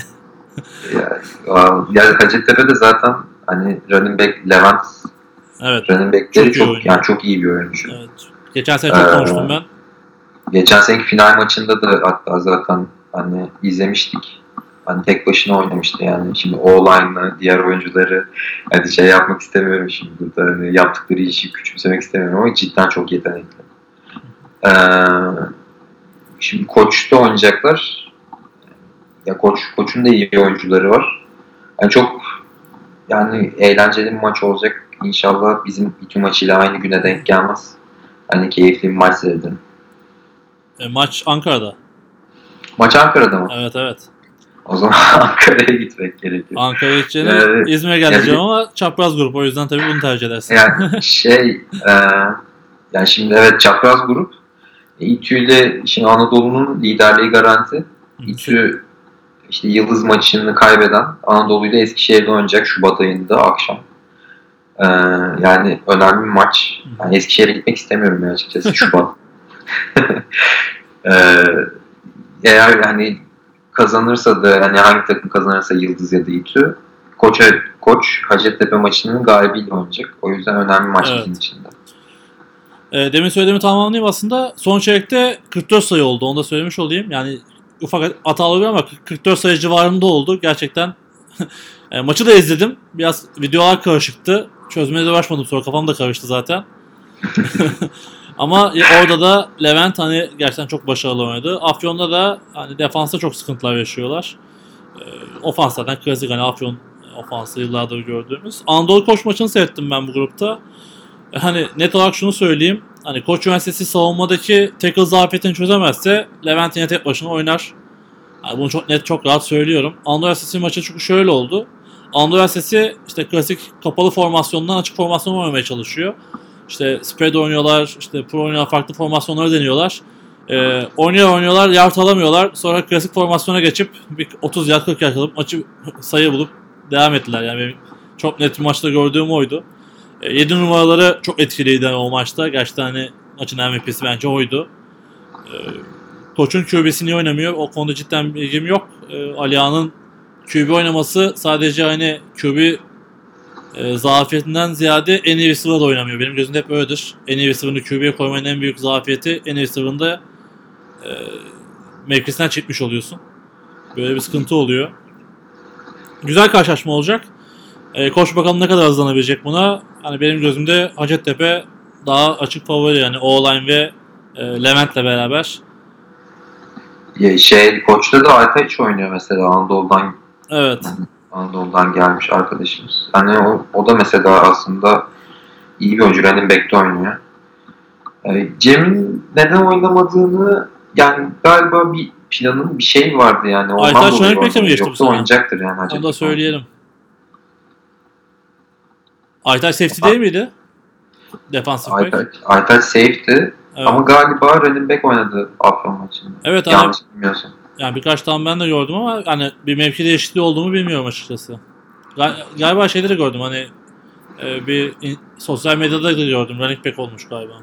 Yani, yani Hacettepe'de zaten hani running back Levent, Evet. running back'leri Çok iyi çok, oynuyor. yani çok iyi bir oyuncu. Evet. Geçen sene çok Ee, konuştum ben. Geçen seneki final maçında da hatta zaten hani izlemiştik. Hani tek başına oynamıştı yani. Şimdi O-line'la diğer oyuncuları hani şey yapmak istemiyorum şimdi burada. Hani yaptıkları işi küçümsemek istemiyorum ama cidden çok yetenekli. Ee, şimdi Koç'ta oynayacaklar. Ya Koç Koç'un da iyi oyuncuları var. Yani çok yani eğlenceli bir maç olacak. İnşallah bizim iki maçıyla aynı güne denk gelmez. Hani keyifli bir maç seyredelim. E, maç Ankara'da. Maç Ankara'da mı? Evet evet. O zaman Ankara'ya gitmek gerekiyor. Ankara'ya gideceğine Ee, İzmir'e geleceğim yani, ama çapraz grup. O yüzden tabii bunu tercih edersin. yani şey e, yani şimdi evet çapraz grup. İTÜ ile şimdi Anadolu'nun liderliği garanti. İTÜ işte Yıldız maçını kaybeden Anadolu ile Eskişehir'de oynayacak Şubat ayında akşam. Ee, yani önemli bir maç. Yani Eskişehir'e gitmek istemiyorum ya açıkçası Şubat. ee, eğer hani kazanırsa da hani hangi takım kazanırsa Yıldız ya da İTÜ Koç, Koç Hacettepe maçının galibiyle oynayacak. O yüzden önemli maç Evet. bizim için de. E, demin söylediğimi tamamlayayım aslında. Son çeyrekte kırk dört sayı oldu. Onu da söylemiş olayım. Yani ufak hata olabilir ama kırk dört sayı civarında oldu. Gerçekten e, maçı da izledim. Biraz videolar karışıktı. Çözmeye de uğraşmadım, sonra kafam da karıştı zaten. Ama orada da Levent hani gerçekten çok başarılı oynadı. Afyon'da da hani defansta çok sıkıntılar yaşıyorlar. E, ofans zaten klasik, hani Afyon ofansı yıllardır gördüğümüz. Anadolu Koç maçını seyrettim ben bu grupta. E, hani net olarak şunu söyleyeyim. Hani Koç Üniversitesi savunmadaki tackle zafiyetini çözemezse Levent yine tek başına oynar. Yani bunu çok net, çok rahat söylüyorum. Anadolu Üniversitesi maçı çünkü şöyle oldu. Anadolu Üniversitesi işte klasik kapalı formasyondan açık formasyon oynamaya çalışıyor. İşte spread oynuyorlar, işte pro oynuyorlar, farklı formasyonları deniyorlar. Ee, oynuyor oynuyorlar, yard alamıyorlar. Sonra klasik formasyona geçip bir otuz yard kırk yard alıp maçı sayı bulup devam ettiler. Yani benim çok net bir maçta gördüğüm oydu. E, yedi numaraları çok etkiliydi o maçta. Gerçekten hani maçın M V P'si bence oydu. E, Koç'un Q B'sini oynamıyor. O konuda cidden bilgim yok. E, Alihan'ın Q B oynaması sadece hani Q B e, zafiyetinden ziyade en iyi receiver'da oynamıyor. Benim gözümde hep öyledir. En iyi receiver'ını Q B'ye koymanın en büyük zafiyeti en iyi receiver'ında e, mevkisinden çekmiş oluyorsun. Böyle bir sıkıntı oluyor. Güzel karşılaşma olacak. E, Koç bakalım ne kadar hızlanabilecek buna. Hani benim gözümde Hacettepe daha açık favori, yani O-line ve e, Levent'le beraber. Ya şey Koç'ta da Aytaç oynuyor mesela Anadolu'dan. Evet. Yani Anadolu'dan gelmiş arkadaşımız. Yani o, o da mesela aslında iyi bir oyuncu. Running back'te oynuyor. Yani Cem'in neden oynamadığını yani galiba bir planın bir şey vardı yani. Ondan Aytaç dolayı running back'e mi geçti bu yoksa sene? oynayacaktır yani. Onu da söyleyelim. Aytaç safety değil miydi? Defansif back. Aytaç, Aytaç safe'ti. Evet. Ama galiba running back oynadı Afyon maçında. Evet, yanlış hani, bilmiyorsam. yani birkaç tane ben de gördüm ama hani bir mevki değişikliği olduğumu bilmiyorum açıkçası. Gal- galiba şeyde de gördüm, hani e, bir in- sosyal medyada da gördüm, running back olmuş galiba.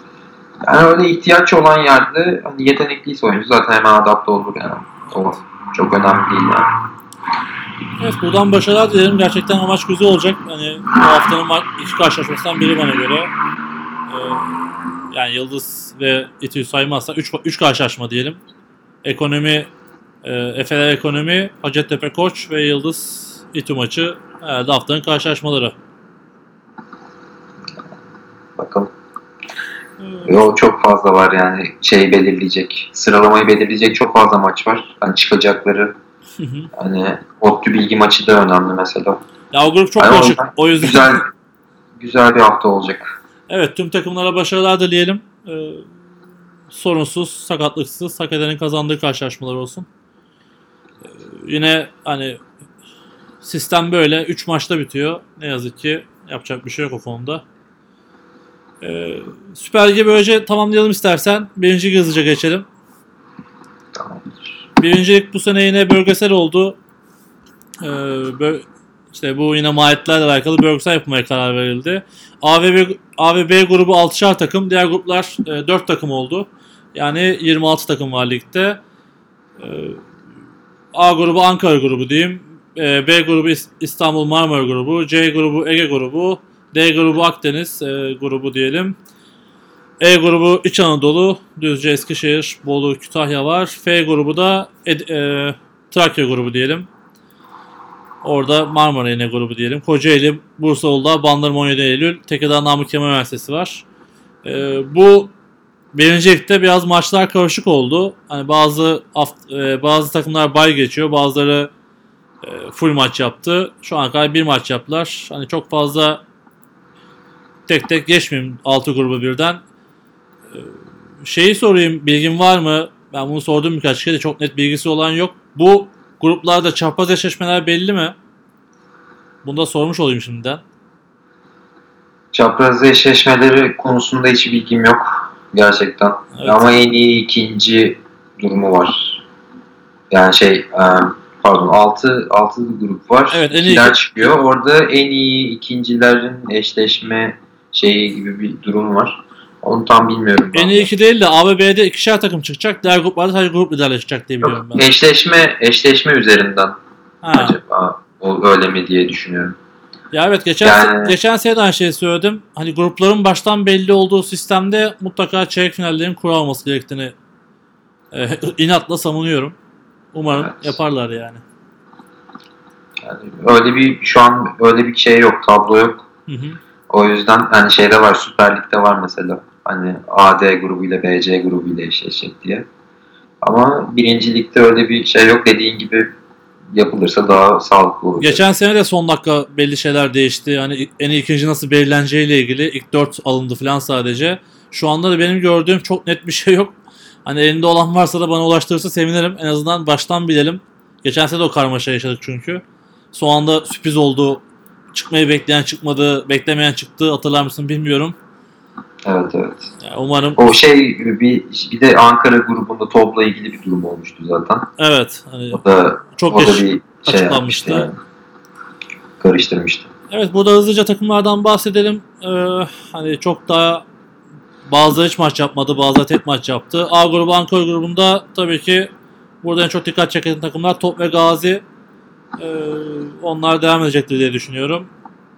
Yani öyle ihtiyaç olan yerde hani yetenekliyse oyuncu zaten hemen adapte olur yani. O Çok önemli değil yani. Evet, buradan başarılar dilerim. Gerçekten o maç güzel olacak. Hani bu haftanın iki karşılaşmasından biri bana göre. Ee, yani Yıldız ve İTÜ'yü saymazsak üç karşılaşma diyelim. Ekonomi, e, Efeler Ekonomi, Hacettepe Koç ve Yıldız İTÜ maçı herhalde haftanın karşılaşmaları. Bakalım. Evet. O çok fazla var yani şeyi belirleyecek, sıralamayı belirleyecek çok fazla maç var. Hani çıkacakları. Hani ODTÜ Bilgi maçı da önemli mesela. Ya o grup çok yani karışık. O yüzden güzel güzel bir hafta olacak. Evet, tüm takımlara başarılar dileyelim. Ee, sorunsuz, sakatlıksız, hak edenin kazandığı karşılaşmalar olsun. Ee, yine hani sistem böyle üç maçta bitiyor. Ne yazık ki yapacak bir şey yok o konuda. Ee, Süper Lig'i böylece tamamlayalım istersen. Birinci lig hızlıca geçelim. Tamamdır. Birincilik bu sene yine bölgesel oldu. Ee, bö- işte bu yine maliyetlerle alakalı bölgesel yapmaya karar verildi. A ve B, A ve B grubu altışar takım, diğer gruplar e, dört takım oldu. Yani yirmi altı takım var ligde. Ee, A grubu Ankara grubu diyeyim. Ee, B grubu İstanbul Marmara grubu, C grubu Ege grubu, D grubu Akdeniz e, grubu diyelim. E grubu İç Anadolu, Düzce, Eskişehir, Bolu, Kütahya var. F grubu da Ed- e, Trakya grubu diyelim. Orada Marmara yine grubu diyelim. Kocaeli, Bursa, Uludağ, Bandırma on yedi Eylül, Tekirdağ Namık Kemal Üniversitesi var. E, bu birinci ligde biraz maçlar karışık oldu. Hani bazı e, bazı takımlar bay geçiyor, bazıları e, full maç yaptı. Şu ana kadar bir maç yaptılar. Hani çok fazla tek tek geçmeyeyim altı grubu birden. Şeyi sorayım, bilgin var mı? Ben bunu sordum birkaç kere, çok net bilgisi olan yok. Bu gruplarda çapraz eşleşmeler belli mi? Bunu da sormuş olayım şimdiden. Çapraz eşleşmeleri konusunda hiç bilgim yok gerçekten. Evet. Ama en iyi ikinci durumu var. Yani şey, pardon altı altı grup var. Evet, en İkiler iyi çıkıyor. Orada en iyi ikincilerin eşleşme şeyi gibi bir durum var. Onu tam bilmiyorum. En iyi iki değil de A ve B'de ikişer takım çıkacak. Diğer gruplarda sadece grup liderle çıkacak diye biliyorum ben. Eşleşme eşleşme üzerinden ha. Acaba o öyle mi diye düşünüyorum. Ya evet, geçen yani... se- geçen sene de aynı şeyi söyledim. Hani grupların baştan belli olduğu sistemde mutlaka çeyrek finallerin kurulması gerektiğini e, inatla savunuyorum. Umarım evet. yaparlar yani. Yani öyle bir şu an öyle bir şey yok, tablo yok. Hı hı. O yüzden hani şeyde var, Süper Lig'de var mesela. Hani A D grubuyla B C grubuyla eşleşecek diye. Ama birincilikte öyle bir şey yok, dediğin gibi yapılırsa daha sağlıklı olur. Geçen sene de son dakika belli şeyler değişti. Hani en iyi ikinci nasıl belirleneceğiyle ilgili ilk dört alındı falan sadece. Şu anda da benim gördüğüm çok net bir şey yok. Hani elinde olan varsa da bana ulaştırırsa sevinirim. En azından baştan bilelim. Geçen sene de o karmaşa yaşadık çünkü. Son anda sürpriz oldu. Çıkmayı bekleyen çıkmadı, beklemeyen çıktı. Hatırlar mısın bilmiyorum. Evet evet. Yani umarım. O şey bir bir de Ankara grubunda topla ilgili bir durum olmuştu zaten. Evet. Hani o da çok o geç da bir şey açıklanmıştı. Yani. Karıştırmıştı. Evet, burada hızlıca takımlardan bahsedelim. Ee, hani çok daha bazıları hiç maç yapmadı, bazıları tek maç yaptı. A grubu Ankara grubunda tabii ki burada en çok dikkat çeken takımlar Top ve Gazi. Ee, onlar devam edecektir diye düşünüyorum.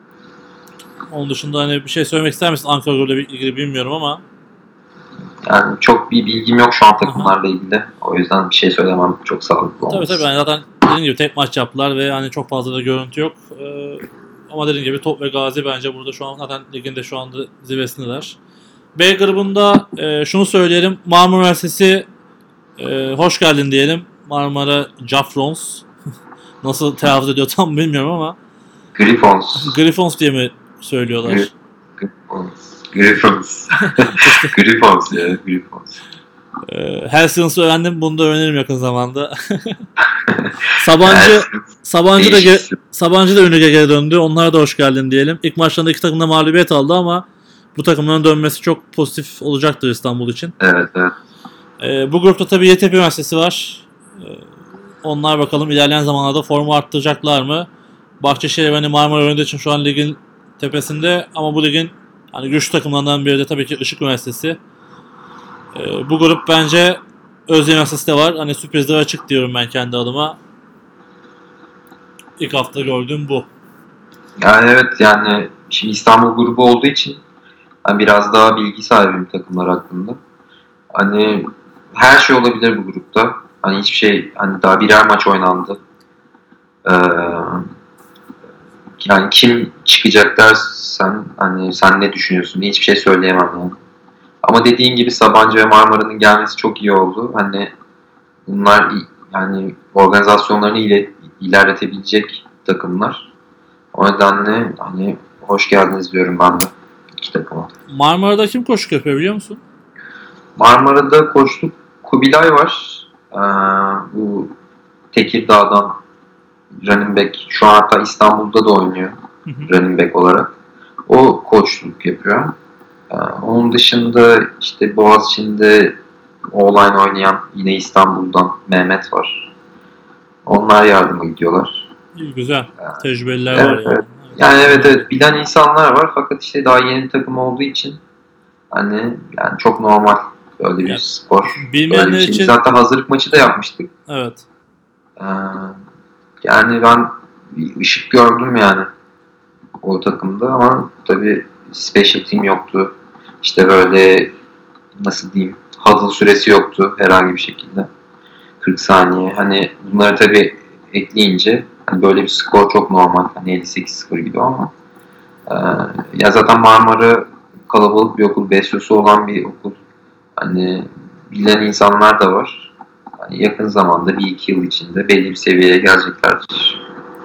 Onun dışında hani bir şey söylemek ister misin Ankara grubuyla ilgili bilmiyorum ama. Yani çok bir bilgim yok şu an takımlarla ilgili. O yüzden bir şey söylemem çok sağlıklı olmaz. Tabii tabii. Yani zaten dediğim gibi tek maç yaptılar ve hani çok fazla da görüntü yok. Ee, ama dediğim gibi Top ve Gazi bence burada şu an zaten liginde şu anda zirvesindeler. B grubunda e, şunu söyleyelim. Marmara Üniversitesi e, hoş geldin diyelim. Marmara Jafrons. Nasıl telaffuz ediyor tam bilmiyorum ama. Griffons. Griffons diye mi söylüyorlar? Griffons. Griffons. Griffons ya. Griffons. Ee, Helsins'i öğrendim. Bunu da öğrenirim yakın zamanda. Sabancı Sabancı da ge- Sabancı da Ünlü'ye geri döndü. Onlara da hoş geldin diyelim. İlk maçlarında iki takım da mağlubiyet aldı ama bu takımların dönmesi çok pozitif olacaktır İstanbul için. Evet, evet. Ee, bu grupta tabii Yeditepe Üniversitesi var. Ee, onlar bakalım ilerleyen zamanlarda formu arttıracaklar mı? Bahçeşehir ve Marmara oynadığı için şu an ligin tepesinde ama bu ligin hani güçlü takımlarından biri de tabii ki Işık Üniversitesi. Ee, bu grup bence Özyeğin asası da var. Hani sürprizler açık diyorum ben kendi adıma. İlk hafta gördüğüm bu. Yani evet, yani şimdi İstanbul grubu olduğu için hani biraz daha bilgi sahibiyim takımlar hakkında. Hani her şey olabilir bu grupta. Hani hiçbir şey, hani daha birer maç oynandı. Ee, yani kim çıkacak dersen, hani sen ne düşünüyorsun? Hiçbir şey söyleyemem yani. Ama dediğin gibi Sabancı ve Marmara'nın gelmesi çok iyi oldu. Hani bunlar yani organizasyonlarını ile, ilerletebilecek takımlar. O nedenle hani hoş geldiniz diyorum ben de iki takıma. Marmara'da kim koşuk yapıyor biliyor musun? Marmara'da koçluk Kubilay var. Ee, bu Tekirdağ'dan running back. Şu an hatta İstanbul'da da oynuyor Hı hı. running back olarak. O koçluk yapıyor. Ee, onun dışında işte Boğaziçi'nde online oynayan yine İstanbul'dan Mehmet var. Onlar yardıma gidiyorlar. İyi, güzel. Tecrübeliler Evet, var yani. evet. Yani evet evet bilen insanlar var fakat işte daha yeni bir takım olduğu için hani yani çok normal böyle bir Yani, spor. bilmeyenler Böyle bir şey. için Zaten hazırlık maçı da yapmıştık. evet. Ee, yani ben bir ışık gördüm yani o takımda ama tabii special team yoktu. İşte böyle nasıl diyeyim huddle süresi yoktu herhangi bir şekilde. kırk saniye. Hani bunları tabii ekleyince hani böyle bir skor çok normal. Hani yedi sekiz sıfır gibi ama e, ya zaten Marmara kalabalık bir okul, besyosu olan bir okul. Hani bilen insanlar da var. Hani yakın zamanda bir iki yıl içinde belli bir seviyeye geleceklerdir.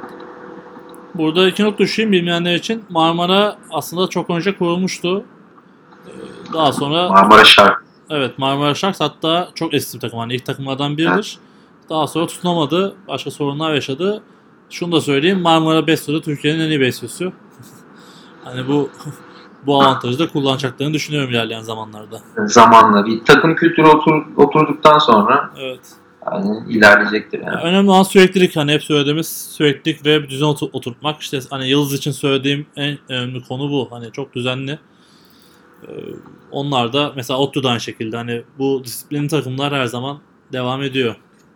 Burada iki not düşeyim bilmeyenler için. Marmara aslında çok önce kurulmuştu. Daha sonra Marmara Shark. evet Marmara Sharks hatta çok eski bir takım. Hani ilk takımlardan biridir. Daha sonra tutunamadı. Başka sorunlar yaşadı. Şunu da söyleyeyim. Marmara Besyo'da Türkiye'nin en iyi besyosu. Hani bu bu avantajı da kullanacaklarını düşünüyorum ilerleyen zamanlarda. Zamanla bir takım kültürü otur, oturduktan sonra Evet. yani ilerleyecektir yani. Yani önemli olan süreklilik. Hani hep söylediğimiz süreklilik ve bir düzen otur- oturtmak. İşte hani Yıldız için söylediğim en önemli konu bu. Hani çok düzenli. Ee, onlar da mesela ODTÜ da aynı şekilde. Hani bu disiplinli takımlar her zaman devam ediyor.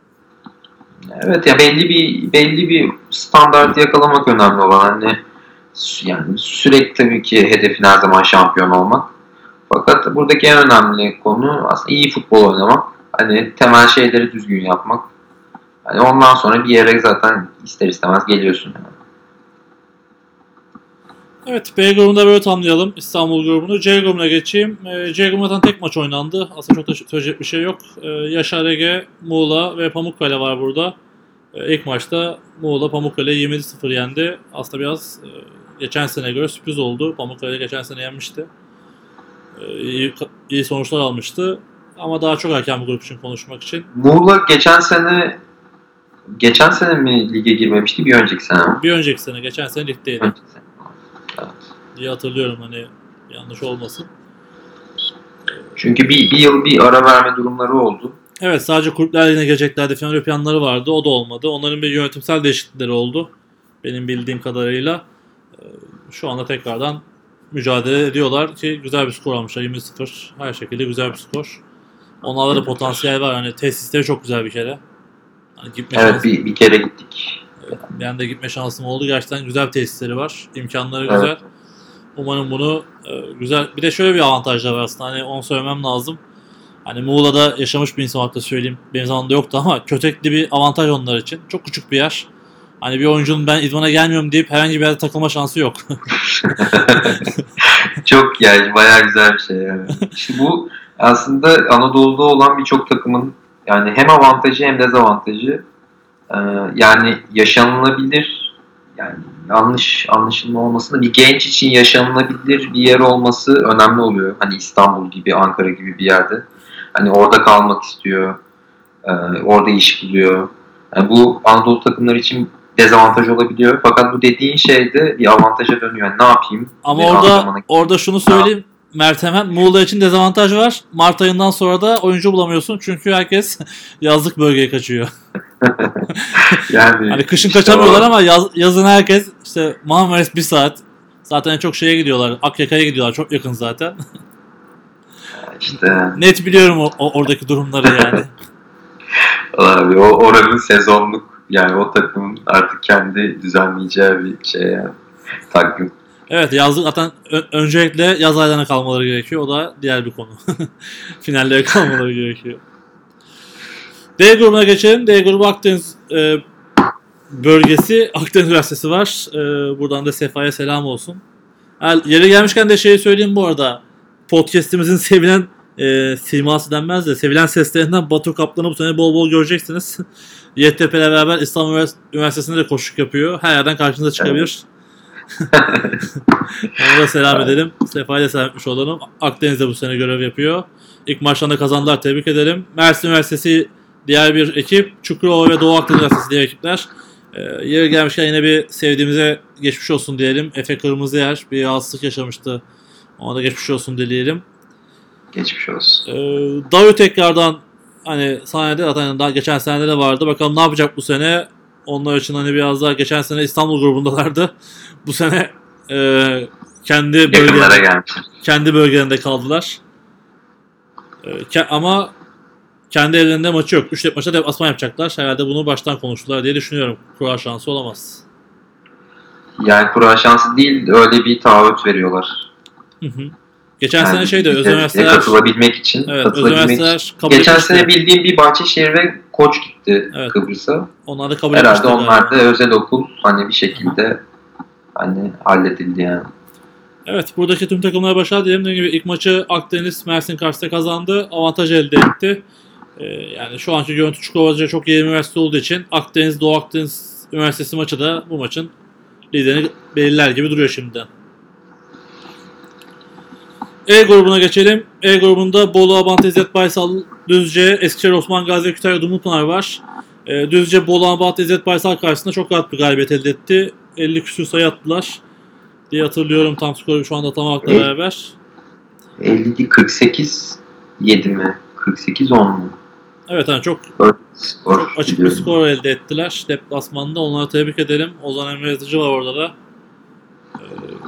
Evet ya belli bir belli bir standart yakalamak önemli olan hani yani sürekli tabii ki hedefin her zaman şampiyon olmak. Fakat buradaki en önemli konu aslında iyi futbol oynamak. Hani temel şeyleri düzgün yapmak. Hani ondan sonra bir yere zaten ister istemez geliyorsun. Yani. Evet, B grubunda böyle tamamlayalım İstanbul grubunu. C grubuna geçeyim. E, C grubundan tek maç oynandı. Aslında çok da söyleyecek bir şey yok. E, Yaşar Ege, Muğla ve Pamukkale var burada. E, ilk maçta Muğla Pamukkale yirmi sıfır yendi. Aslında biraz e, geçen sene göre sürpriz oldu. Pamukkale geçen sene yenmişti. E, iyi, iyi sonuçlar almıştı. Ama daha çok erken bu grup için konuşmak için. Muğla geçen sene geçen sene mi lige girmemişti, bir önceki sene mi? Bir önceki sene, geçen sene ligdeydi. Önceki sene. Evet. diye hatırlıyorum hani yanlış olmasın. Çünkü bir, bir yıl bir ara verme durumları oldu. Evet sadece kulüpler yine geleceklerdi falan öyle planları vardı. O da olmadı. Onların bir yönetimsel değişiklikleri oldu. Benim bildiğim kadarıyla. Şu anda tekrardan mücadele ediyorlar ki güzel bir skor almışlar. yirmi sıfır. Her şekilde güzel bir skor. Onlarda da potansiyel var. Hani tesisleri çok güzel bir kere. Hani gitme Evet şansı... bir, bir kere gittik. Evet, ben de gitme şansım oldu. Gerçekten güzel bir tesisleri var. İmkanları Evet. güzel. Umarım bunu e, güzel... Bir de şöyle bir avantajlar var aslında. Hani onu söylemem lazım. Hani Muğla'da yaşamış bir insan olarak da söyleyeyim. Benim zamanımda yoktu ama Kötekli bir avantaj onlar için. Çok küçük bir yer. Hani bir oyuncunun ben idmana gelmiyorum deyip herhangi bir yerde takılma şansı yok. Çok yani bayağı güzel bir şey yani. İşte bu aslında Anadolu'da olan birçok takımın yani hem avantajı hem dezavantajı. Ee, yani yaşanılabilir, yani yanlış anlaşılma olmasın da bir genç için yaşanılabilir bir yer olması önemli oluyor. Hani İstanbul gibi, Ankara gibi bir yerde. Hani orada kalmak istiyor, e, orada iş buluyor. Yani bu Anadolu takımları için dezavantaj olabiliyor. Fakat bu dediğin şey de bir avantaja dönüyor. Yani ne yapayım? Ama Bir orada antrenmana- orada şunu söyleyeyim. Mert hemen Muğla için dezavantaj var. Mart ayından sonra da oyuncu bulamıyorsun. Çünkü herkes yazlık bölgeye kaçıyor. yani Hani kışın işte kaçamıyorlar o- ama yaz, yazın herkes işte Marmaris bir saat. Zaten en çok şeye gidiyorlar. Akyaka'ya gidiyorlar. Çok yakın zaten. işte Net biliyorum o, o- oradaki durumları yani. Abi o oranın sezonluk, yani o takımın artık kendi düzenleyeceği bir şey yani. Takvim. Evet, yazlık zaten ö- öncelikle yaz aylarına kalmaları gerekiyor. O da diğer bir konu. Finallere kalmaları gerekiyor. D grubuna geçelim. D grubu Akdeniz e, bölgesi. Akdeniz Üniversitesi var. E, buradan da Sefa'ya selam olsun. Yani yeri gelmişken de şeyi söyleyeyim bu arada. Podcast'imizin sevilen e, siması denmez de sevilen seslerinden Batur Kaplan'ı bu sene bol bol göreceksiniz. Y T P ile beraber İstanbul Üniversitesi'nde de koşuk yapıyor. Her yerden karşınıza çıkabilir. Ona da selam edelim. Sefa'ya da selam etmiş olalım. Akdeniz'de bu sene görev yapıyor. İlk maçlarında kazandılar. Tebrik edelim. Mersin Üniversitesi diğer bir ekip. Çukurova ve Doğu Akdeniz Üniversitesi diğer ekipler. Ee, yeri gelmişken yine bir sevdiğimize geçmiş olsun diyelim. Efe Kırmızıyer bir rahatsızlık yaşamıştı. Ona da geçmiş olsun dileyelim. Geçmiş olsun. Ee, Davu tekrardan hani sahnede zaten daha geçen sene de vardı. Bakalım ne yapacak bu sene. Onlar için hani biraz daha geçen sene İstanbul grubundalardı. Bu sene e, kendi bölgelerinde, kendi bölgelerinde kaldılar. E, ke- ama kendi evlerinde maçı yok. üç maçta deplasman yapacaklar. Herhalde bunu baştan konuştular diye düşünüyorum. Kura şansı olamaz. Yani kura şansı değil, öyle bir taahhüt veriyorlar. Hı hı. Geçen yani sene şeydi, özel üniversiteler katılabilmek için. Evet, katılabilmek için. Geçen sene bildiğim bir Bahçeşehir ve Koç gitti evet. Kıbrıs'a. Onlar da kabul Herhalde onlar da özel okul hani bir şekilde hı. hani halledildi yani. Evet, buradaki tüm takımlara başarı diyelim. Dediğim gibi ilk maçı Akdeniz Mersin karşısında kazandı. Avantaj elde etti. Ee, yani şu anki görüntü Çukurova'da çok iyi bir üniversite olduğu için Akdeniz Doğu Akdeniz Üniversitesi maçı da bu maçın liderini belirler gibi duruyor şimdiden. E grubuna geçelim. E grubunda Bolu, Abant, İzzet Baysal, Düzce, Eskişehir, Osman Gazi, Kütahya, Dumlupınar var. E, Düzce, Bolu, Abant, İzzet Baysal karşısında çok rahat bir galibiyet elde etti. elli küsur sayı attılar diye hatırlıyorum tam skoru şu anda tamamakla e, beraber. elli kırk sekiz yedi mi? kırk sekiz on mu? Evet yani çok, skor, çok açık biliyorum. Bir skor elde ettiler deplasmanda. Onlara tebrik edelim. Ozan Emre Yazıcı var orada da. Ee,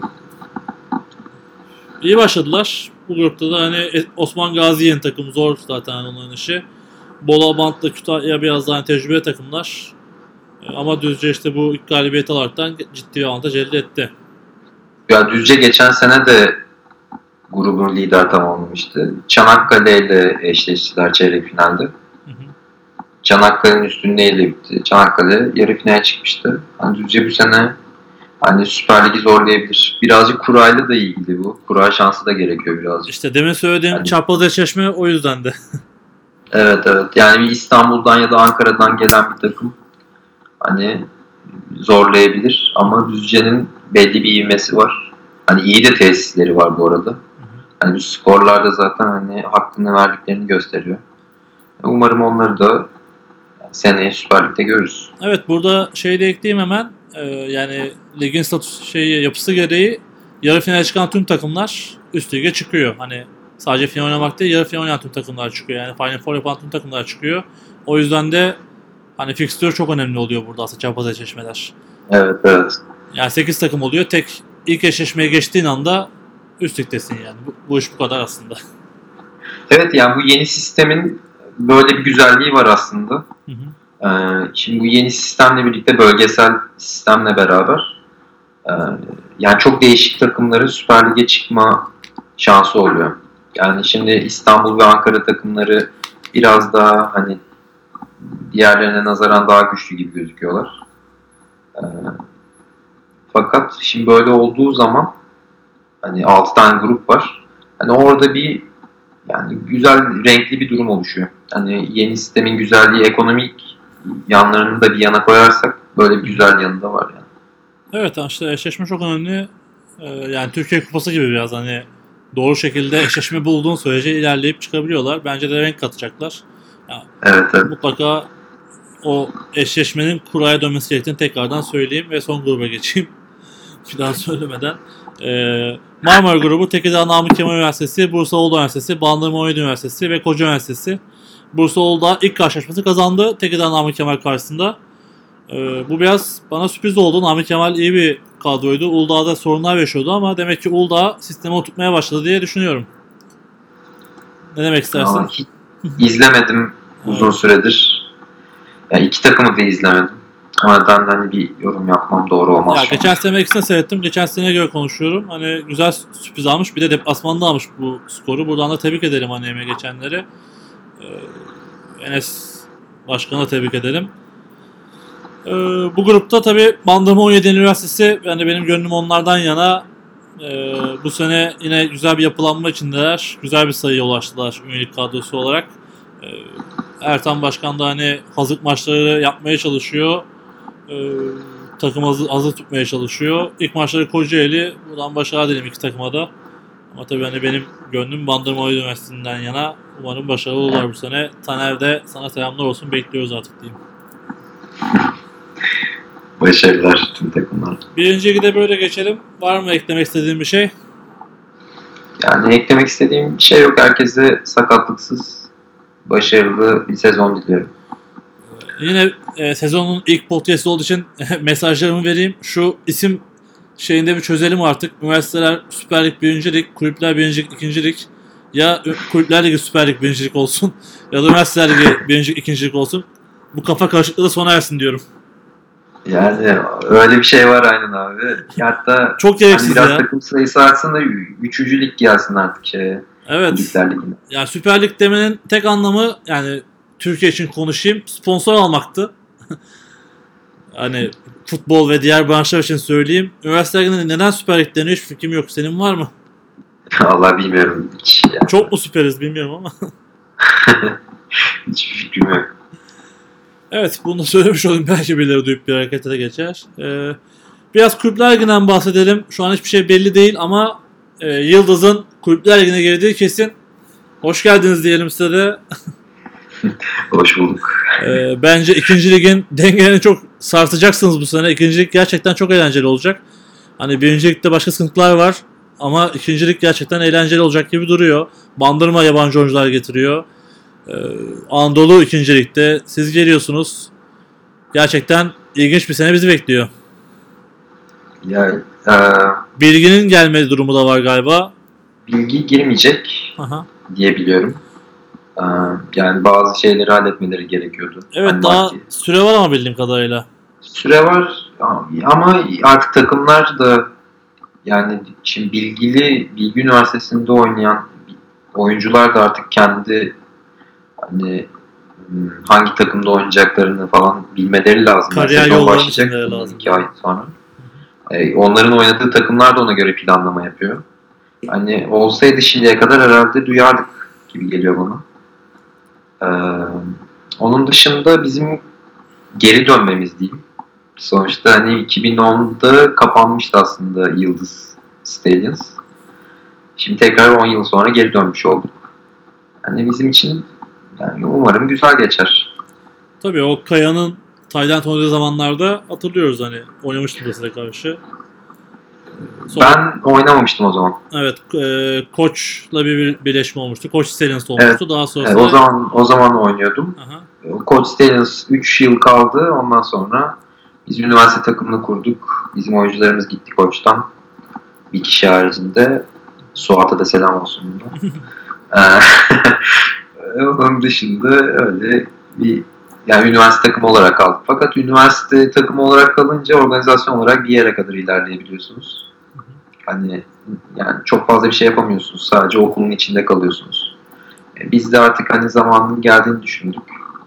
iyi başladılar. Bu grupta da hani Osman Gazi yeni takım zor zaten onların işi. Bolu, Abant'la Kütahya biraz daha tecrübeli takımlar. Ee, ama Düzce işte bu ilk galibiyet alaraktan ciddi bir avantaj elde etti. Ya Düzce geçen sene de grubun lider tamamlamıştı. Çanakkale ile eşleştiler çeyrek finalde. Hı hı. Çanakkale'nin üstünlüğüyle bitti. Çanakkale yarı finale çıkmıştı. Yani Düzce bu sene hani Süper Lig'i zorlayabilir. Birazcık kurayla da ilgili bu. Kura şansı da gerekiyor birazcık. İşte demin söylediğim yani, çapraz eşleşme o yüzden de. evet evet. Yani bir İstanbul'dan ya da Ankara'dan gelen bir takım hani zorlayabilir. Ama Düzce'nin belli bir ivmesi var. Hani iyi de tesisleri var bu arada. Hani bu skorlarda zaten hani hakkını verdiklerini gösteriyor. Umarım onları da seneye Süper Lig'de görürüz. Evet, burada şey de ekleyeyim hemen. Ee, yani ligin statüsü şeyi yapısı gereği yarı finale çıkan tüm takımlar üst lige çıkıyor. Hani sadece final oynamak değil, yarı final oynayan tüm takımlar çıkıyor. Yani Final Four yapan tüm takımlar çıkıyor. O yüzden de hani fikstür çok önemli oluyor burada aslında çapraz eşleşmeler. Evet evet. Yani sekiz takım oluyor. Tek ilk eşleşmeye geçtiğin anda üst ligdesin yani. Bu, bu iş bu kadar aslında. Evet yani bu yeni sistemin böyle bir güzelliği var aslında. Hı hı. Ee, şimdi bu yeni sistemle birlikte bölgesel sistemle beraber e, yani çok değişik takımların Süper Lig'e çıkma şansı oluyor. Yani şimdi İstanbul ve Ankara takımları biraz daha hani diğerlerine nazaran daha güçlü gibi gözüküyorlar. Ee, fakat şimdi böyle olduğu zaman hani altı tane grup var. Hani orada bir yani güzel renkli bir durum oluşuyor. Hani yeni sistemin güzelliği ekonomik yanlarını da bir yana koyarsak böyle bir güzel yanı da var yani. Evet işte eşleşme çok önemli. Ee, yani Türkiye Kupası gibi biraz hani doğru şekilde eşleşme bulduğun sürece ilerleyip çıkabiliyorlar. Bence de renk katacaklar. Yani evet, evet. Mutlaka o eşleşmenin kuraya dönmesi gerektiğini tekrardan söyleyeyim ve son gruba geçeyim. Bir daha söylemeden. Ee, Marmara grubu Tekirdağ Namık Kemal Üniversitesi, Bursa Uludağ Üniversitesi, Bandırma Oyun Üniversitesi ve Koca Üniversitesi. Bursa Uludağ ilk karşılaşması kazandı Tekirdağ Namık Kemal karşısında. Ee, bu biraz bana sürpriz oldu. Namık Kemal iyi bir kadroydu. Uludağ'da sorunlar yaşıyordu ama demek ki Uludağ sisteme oturtmaya başladı diye düşünüyorum. Ne demek istersin? Aa, hiç izlemedim uzun süredir. Yani iki takımı da izlemedim. Ama ben hani bir yorum yapmam doğru olmaz. Ya geçen sene ikisini seyrettim. Geçen seneye göre konuşuyorum. Hani güzel sürpriz almış. Bir de deplasmanda almış bu skoru. Buradan da tebrik edelim hani emeğe geçenleri. Ee, Enes Başkan'a tebrik edelim. Ee, bu grupta tabii Bandırma on yedi Üniversitesi, yani benim gönlüm onlardan yana. Ee, bu sene yine güzel bir yapılanma içindeler. Güzel bir sayıya ulaştılar üyelik kadrosu olarak. Ee, Ertan Başkan da hani hazırlık maçları yapmaya çalışıyor. Ee, takım hazır, hazır tutmaya çalışıyor. İlk maçları Kocaeli. Buradan başarılar dilerim iki takıma da. Ama tabii hani benim gönlüm Bandırma Üniversitesi'nden yana. Umarım başarılı olurlar bu sene. Taner de sana selamlar olsun. Bekliyoruz artık diyeyim. Başarılar tüm takımlar. Birinci ligde böyle geçelim. Var mı eklemek istediğin bir şey? Yani eklemek istediğim bir şey yok. Herkese sakatlıksız, başarılı bir sezon diliyorum. Yine e, sezonun ilk podcast'ı olduğu için mesajlarımı vereyim. Şu isim şeyinde bir çözelim artık. Üniversiteler Süper Lig birinci Lig, kulüpler birinci Lig ikinci Lig. Ya kulüpler ligi Süper Lig birinci Lig olsun ya da üniversiteler ligi birinci Lig ikinci Lig olsun. Bu kafa karışıklığı da sona ersin diyorum. Yani öyle bir şey var aynen abi. Hatta çok gereksiz hani biraz ya. takım sayısı artsın da üçüncü lig gelsin artık şeye. Evet. Ligler ligine. Ya Süper Lig demenin tek anlamı, yani Türkiye için konuşayım, sponsor almaktı. Hani futbol ve diğer branşlar için söyleyeyim. Üniversitelerde neden Süper Lig deniyor hiç fikrim yok. Senin var mı? Allah bilmiyorum hiç. Yani. Çok mu süperiz bilmiyorum ama. Hiçbir fikrim yok. Evet, bunu da söylemiş olayım. Belki birileri duyup bir harekete de geçer. Ee, biraz Kulüpler Ligi'nden bahsedelim. Şu an hiçbir şey belli değil ama e, Yıldız'ın Kulüpler Ligi'ne girdiği kesin. Hoş geldiniz diyelim size de. Hoş bulduk. Ee, bence ikinci ligin dengelerini çok sarsacaksınız bu sene. İkinci lig gerçekten çok eğlenceli olacak. Hani birinci ligde başka sıkıntılar var ama ikinci lig gerçekten eğlenceli olacak gibi duruyor. Bandırma yabancı oyuncular getiriyor. Ee, Anadolu ikinci ligde siz geliyorsunuz. Gerçekten ilginç bir sene bizi bekliyor. Yani e, Bilginin gelme durumu da var galiba. Bilgi girmeyecek Aha. diye biliyorum. E, yani bazı şeyleri halletmeleri gerekiyordu. Evet, hani daha maddi. süre var ama bildiğim kadarıyla. Süre var ama artık takımlar da yani şimdi bilgili Bilgi Üniversitesi'nde oynayan oyuncular da artık kendi hani hangi takımda oynayacaklarını falan bilmeleri lazım. Kariyer Sezon yollarını başlayacak çizmeleri lazım. iki ay sonra. Ee, onların oynadığı takımlar da ona göre planlama yapıyor. Hani olsaydı şimdiye kadar herhalde duyardık gibi geliyor bana. Ee, onun dışında bizim geri dönmemiz değil. Sonuçta hani iki bin onda kapanmıştı aslında Yıldız Stallions. Şimdi tekrar on yıl sonra geri dönmüş olduk. Hani bizim için yani umarım güzel geçer. Tabii o Kaya'nın Tayland oynadığı zamanlarda hatırlıyoruz, hani oynamıştım da size karşı. Sonra, ben oynamamıştım o zaman. Evet, e, Koç'la bir birleşme olmuştu. Koç Stallions olmuştu. Evet, daha sonrasında... evet, o zaman o zaman oynuyordum. Aha. Koç Stallions üç yıl kaldı. Ondan sonra biz üniversite takımını kurduk. Bizim oyuncularımız gitti Koç'tan. Bir kişi haricinde. Suat'a da selam olsun. Onun dışında öyle bir yani üniversite takımı olarak kaldık. Fakat üniversite takımı olarak kalınca organizasyon olarak bir yere kadar ilerleyebiliyorsunuz. Hani yani çok fazla bir şey yapamıyorsunuz. Sadece okulun içinde kalıyorsunuz. Biz de artık hani zamanının geldiğini düşündük.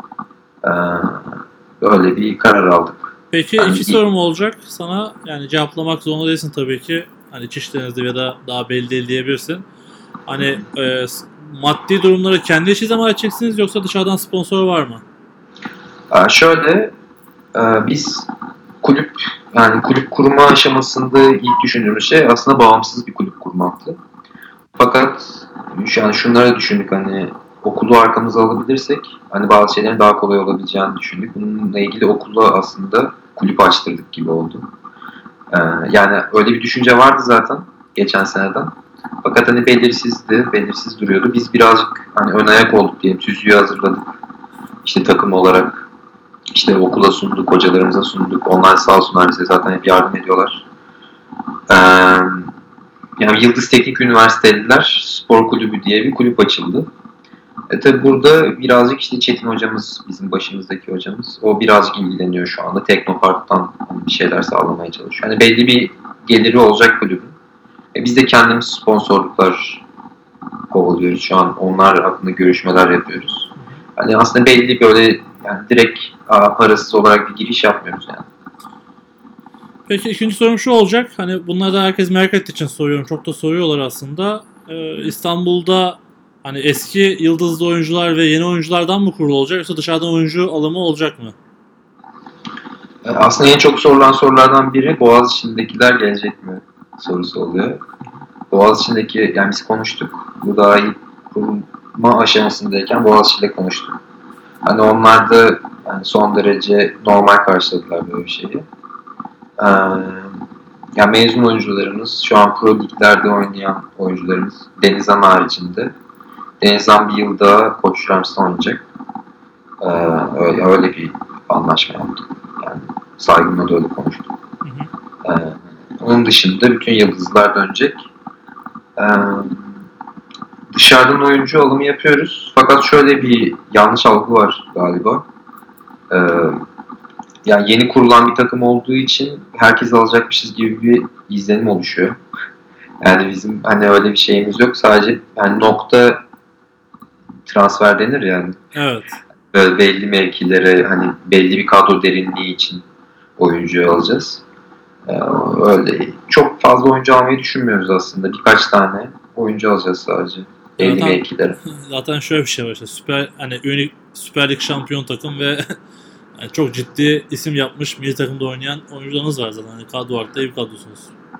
Böyle bir karar aldık. Peki yani iki bir... sorum olacak sana. Yani cevaplamak zorunda değilsin tabii ki. Hani çişlerinizde ya da daha belli değil diyebilirsin. Hani e, maddi durumları kendi işinize mi edeceksiniz yoksa dışarıdan sponsor var mı? Ee, şöyle e, biz kulüp yani kulüp kurma aşamasında ilk düşündüğümüz şey aslında bağımsız bir kulüp kurmaktı. Fakat yani şunları düşündük, hani okulu arkamıza alabilirsek hani bazı şeylerin daha kolay olabileceğini düşündük. Bununla ilgili okula aslında kulüp açtırdık gibi oldu. Ee, yani öyle bir düşünce vardı zaten geçen seneden. Fakat hani belirsizdi, belirsiz duruyordu. Biz birazcık hani ön ayak olduk diye tüzüğü hazırladık. İşte takım olarak işte okula sunduk, hocalarımıza sunduk. Onlar sağ olsunlar bize zaten hep yardım ediyorlar. Ee, yani Yıldız Teknik Üniversiteliler Spor Kulübü diye bir kulüp açıldı. E tabi burada birazcık işte Çetin hocamız, bizim başımızdaki hocamız, o birazcık ilgileniyor şu anda. Teknopark'tan bir şeyler sağlamaya çalışıyor. Hani belli bir geliri olacak kulübün. E biz de kendimiz sponsorluklar kovalıyoruz şu an. Onlar hakkında görüşmeler yapıyoruz. Hani aslında belli böyle yani direkt a, parasız olarak bir giriş yapmıyoruz yani. Peki ikinci sorum şu olacak. Hani bunları da herkes merak ettiği için soruyorum. Çok da soruyorlar aslında. Ee, İstanbul'da hani eski yıldızlı oyuncular ve yeni oyunculardan mı kurulu olacak yoksa dışarıdan oyuncu alımı olacak mı? Aslında en çok sorulan sorulardan biri Boğaziçi'ndekiler gelecek mi sorusu oluyor. Boğaziçi'ndeki, yani biz konuştuk. Bu daha ilk kurulma aşamasındayken Boğaziçi'yle konuştuk. Hani onlar da yani son derece normal karşıladılar böyle bir şeyi. Ee, yani mezun oyuncularımız, şu an pro liglerde oynayan oyuncularımız Denizhan haricinde. Denizhan bir yıl daha Koç Rams'ta oynayacak. Ee, öyle, öyle bir anlaşma yaptık. Yani saygımla da öyle konuştuk. Hı hı. Ee, onun dışında bütün yıldızlar dönecek. Ee, dışarıdan oyuncu alımı yapıyoruz. Fakat şöyle bir yanlış algı var galiba. Ee, yani yeni kurulan bir takım olduğu için herkes alacakmışız gibi bir izlenim oluşuyor. Yani bizim hani öyle bir şeyimiz yok. Sadece yani nokta transfer denir yani. Evet. Böyle belli mevkilere hani belli bir kadro derinliği için oyuncu alacağız. Ee, öyle çok fazla oyuncu almayı düşünmüyoruz aslında. Birkaç tane oyuncu alacağız sadece. Belli Zaten, mevkilere. Zaten şöyle bir şey var işte. Süper hani ünlü Süper Lig şampiyon takım ve yani çok ciddi isim yapmış milli takımda oynayan oyuncularınız var zaten. Hani kadro olarak da iyi bir kadrosunuz.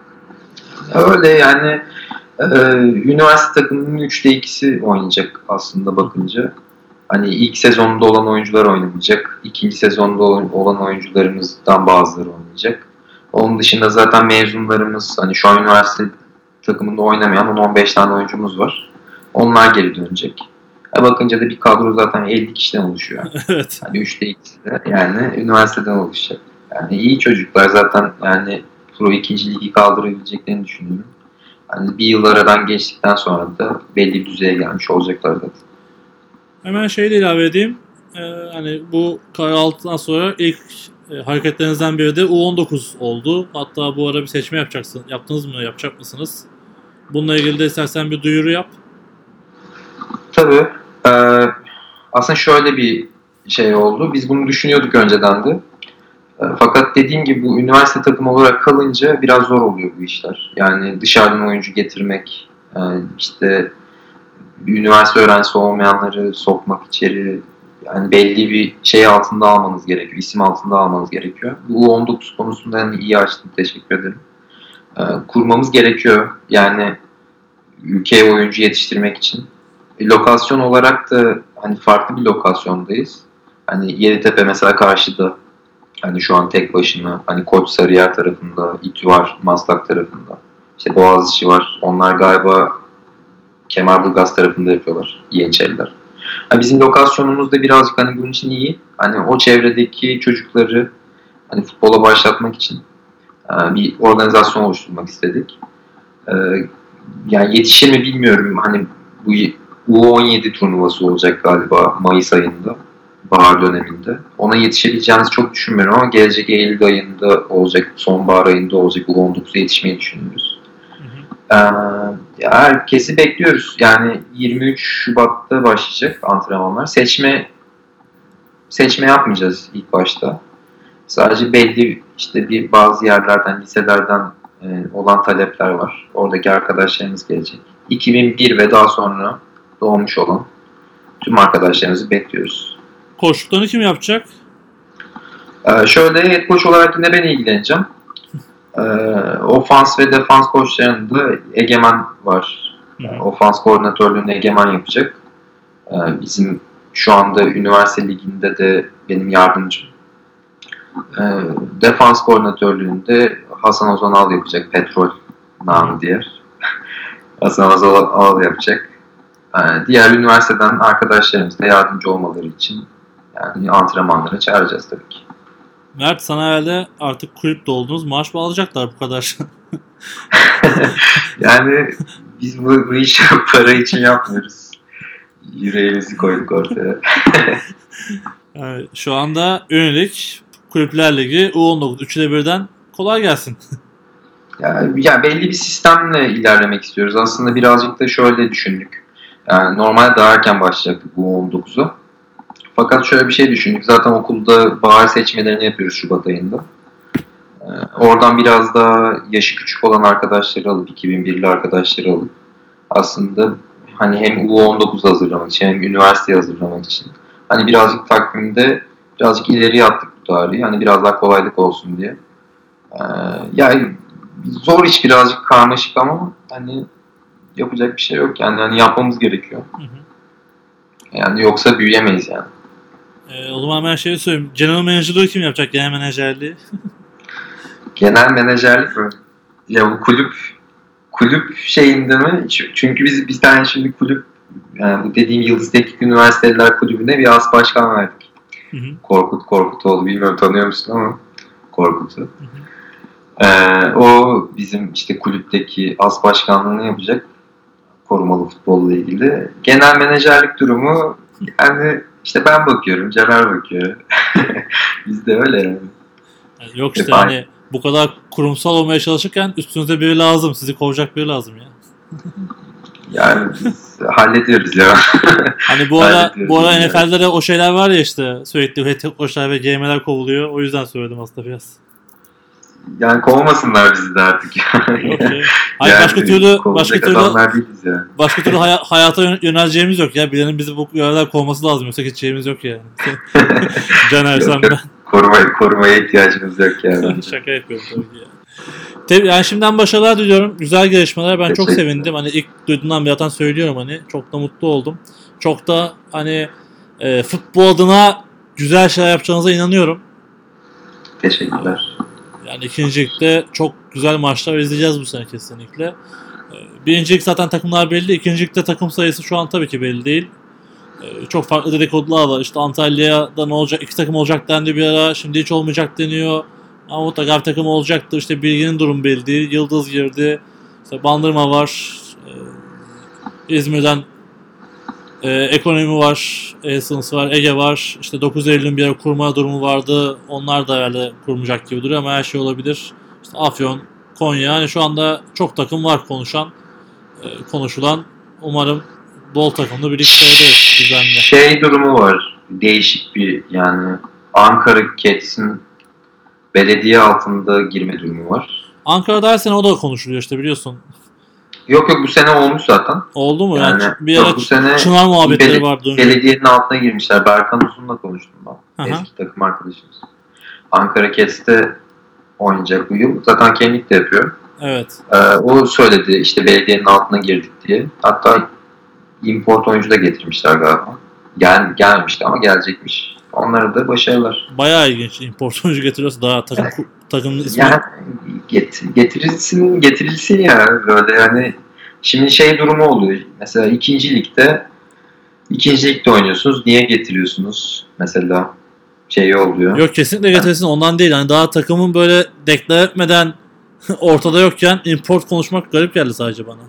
Öyle yani e, üniversite takımının üçte ikisi oynayacak aslında bakınca. Hani ilk sezonunda olan oyuncular oynamayacak. İkinci sezonda olan oyuncularımızdan bazıları oynayacak. Onun dışında zaten mezunlarımız hani şu an üniversite takımında oynamayan on on beş tane oyuncumuz var. Onlar geri dönecek. E bakınca da bir kadro zaten elli kişiden oluşuyor. Evet. Hani üçte ikisi de yani üniversiteden oluşacak. Yani iyi çocuklar zaten yani pro ikinci ligi kaldırabileceklerini düşünüyorum. Hani bir yıl aradan geçtikten sonra da belli bir düzeye gelmiş olacaklar zaten. Hemen şeyi de ilave edeyim. Ee, hani bu karar aldıktan sonra ilk e, hareketlerinizden biri de U on dokuz oldu. Hatta bu ara bir seçme yapacaksın. Yaptınız mı? Yapacak mısınız? Bununla ilgili de istersen bir duyuru yap. Tabii. Ee, aslında şöyle bir şey oldu. Biz bunu düşünüyorduk önceden de. E, fakat dediğim gibi bu üniversite takımı olarak kalınca biraz zor oluyor bu işler. Yani dışarıdan oyuncu getirmek, yani işte üniversite öğrencisi olmayanları sokmak içeri, yani belli bir şey altında almanız gerekiyor, isim altında almanız gerekiyor. Bu U on dokuz konusunda yani iyi açtın, teşekkür ederim. Ee, kurmamız gerekiyor. Yani ülkeye oyuncu yetiştirmek için. E, lokasyon olarak da hani farklı bir lokasyondayız. Hani Yeditepe mesela karşıda. Hani şu an tek başına. Hani Koç Sarıyer tarafında, İTÜ var, Maslak tarafında. İşte Boğaziçi var. Onlar galiba Kemerburgaz tarafında yapıyorlar. Yeniçeriler. Yani bizim lokasyonumuz da birazcık hani bunun için iyi. Hani o çevredeki çocukları hani futbola başlatmak için bir organizasyon oluşturmak istedik. Yani yetişir mi bilmiyorum. Hani bu U on yedi turnuvası olacak galiba Mayıs ayında, bahar döneminde. Ona yetişebileceğimizi çok düşünmüyorum ama gelecek Eylül ayında olacak, sonbahar ayında olacak U on dokuza yetişmeyi düşünüyoruz. Hı hı. Ee, herkesi bekliyoruz. Yani yirmi üç Şubat'ta başlayacak antrenmanlar. Seçme seçme yapmayacağız ilk başta. Sadece belli işte bir bazı yerlerden, liselerden e, olan talepler var. Oradaki arkadaşlarımız gelecek. iki bin bir ve daha sonra doğmuş olan tüm arkadaşlarımızı bekliyoruz. Koçluklarını kim yapacak? Ee, şöyle head coach olarak yine ben ilgileneceğim. Ee, ofans ve defans koçlarında Egemen var. Ee, ofans koordinatörlüğünü Egemen yapacak. Ee, bizim şu anda üniversite liginde de benim yardımcım. Ee, defans koordinatörlüğünde Hasan Ozan Al yapacak. Petrol namı diğer. Hasan Ozan Al yapacak. Ee, diğer üniversiteden arkadaşlarımız da yardımcı olmaları için yani antrenmanlara çağıracağız tabii ki. Mert, sana herhalde artık kulüpte oldunuz. Maaş bağlayacaklar bu kadar. Yani biz bu, bu işi para için yapmıyoruz. Yüreğimizi koyduk ortaya. Yani şu anda Ünilik Kulüpler Ligi U on dokuz üçte birden kolay gelsin. Yani, yani belli bir sistemle ilerlemek istiyoruz. Aslında birazcık da şöyle düşündük. Yani normalde daha erken başlayacaktık bu U on dokuza. Fakat şöyle bir şey düşündük. Zaten okulda bahar seçmelerini yapıyoruz Şubat ayında. Ee, oradan biraz daha yaşı küçük olan arkadaşları alıp, iki bin birli arkadaşları alıp aslında hani hem U on dokuz hazırlamak için hem üniversiteye hazırlamak için hani birazcık takvimde birazcık ileriye attık bu tarihi. Hani biraz daha kolaylık olsun diye. Ee, yani zor iş, birazcık karmaşık ama hani yapacak bir şey yok. Yani hani yapmamız gerekiyor. Hı hı. Yani yoksa büyüyemeyiz yani. Ee, o zaman ben şey söyleyeyim. General Manager'lığı kim yapacak? Genel menajerliği. Genel menajerlik mi? Ya bu kulüp kulüp şeyinde mi? Çünkü biz bir tane şimdi kulüp, yani bu dediğim Yıldız Teknik Üniversiteler Kulübü'ne bir as başkan verdik. Hı hı. Korkut Korkutoğlu, bilmiyorum tanıyor musun ama Korkut'u. Hı hı. Ee, o bizim işte kulüpteki as başkanlığını yapacak, korumalı futbolla ilgili. Genel menajerlik durumu yani işte ben bakıyorum, Caner bakıyor. Biz de öyle yani. Yani yok işte hani bu kadar kurumsal olmaya çalışırken üstünüze biri lazım. Sizi kovacak biri lazım ya. Yani biz hallediyoruz ya. Hani bu ara bu ara N F L'de de o şeyler var ya, işte sürekli head coachlar ve G M'ler kovuluyor. O yüzden söyledim aslında biraz. Yani kovmasınlar bizi de artık. Okay. Hayır, yani başka türlü başka türlü yani. Başka türlü hay- hayata yöneleceğimiz yok ya. Birilerinin bizi bu yerler kovması lazım, yoksa geçeceğimiz yok yani. Caner sen ben. Korumaya, korumaya ihtiyacımız yok yani. Şaka yapıyorum tabii ki yani. Tabii yani şimdiden başarılar diliyorum. Güzel gelişmeler. Ben çok sevindim. Hani ilk duyduğumdan beri zaten söylüyorum, hani çok da mutlu oldum. Çok da hani e, futbol adına güzel şeyler yapacağınıza inanıyorum. Teşekkürler. Yani ikincilikte çok güzel maçlar izleyeceğiz bu sene kesinlikle. Birincilik zaten takımlar belli. İkincilikte takım sayısı şu an tabii ki belli değil. Çok farklı dedikodular var. İşte Antalya'da ne olacak? İki takım olacak dendi bir ara. Şimdi hiç olmayacak deniyor. Ama mutlaka bir takım olacaktır. İşte Bilgi'nin durum belli değil. Yıldız girdi. İşte Bandırma var. İzmir'den e, Ekonomi var. Essence var. Ege var. İşte dokuz Eylül'ün bir ara kurma durumu vardı. Onlar da herhalde kurmayacak gibi duruyor ama her şey olabilir. İşte Afyon, Konya. Yani şu anda çok takım var konuşan, e, konuşulan. Umarım bol takımlı bir lig seyrederiz düzenli. Şey durumu var. Değişik bir, yani Ankara Cats'in belediye altında girme durumu var. Ankara dersen o da konuşuluyor işte, biliyorsun. Yok yok, bu sene olmuş zaten. Oldu mu? Yani, yani bir yok, ara bu sene Çınar muhabbetleri bel- vardı. Belediyenin altına girmişler. Berkan Uzun'la konuştum ben. Aha. Eski takım arkadaşımız. Ankara Cats'te oynayacak bu yıl. Zaten Kemik de yapıyor. Evet. Ee, o söyledi işte belediyenin altına girdik diye. Hatta import oyuncu da getirmişler galiba. Gel, gelmişti ama gelecekmiş. Onlara da başarılar. Bayağı ilginç. Import oyuncu getiriyorsa daha takım takımın ismi. Yani get, getirilsin, getirilsin ya böyle yani. Şimdi şey durumu oluyor. Mesela ikinci ligde ikinci ligde oynuyorsunuz. Niye getiriyorsunuz? Mesela şey oluyor. Yok, kesinlikle getirsin. Ondan değil. Yani daha takımın böyle deklar etmeden ortada yokken import konuşmak garip geldi sadece bana.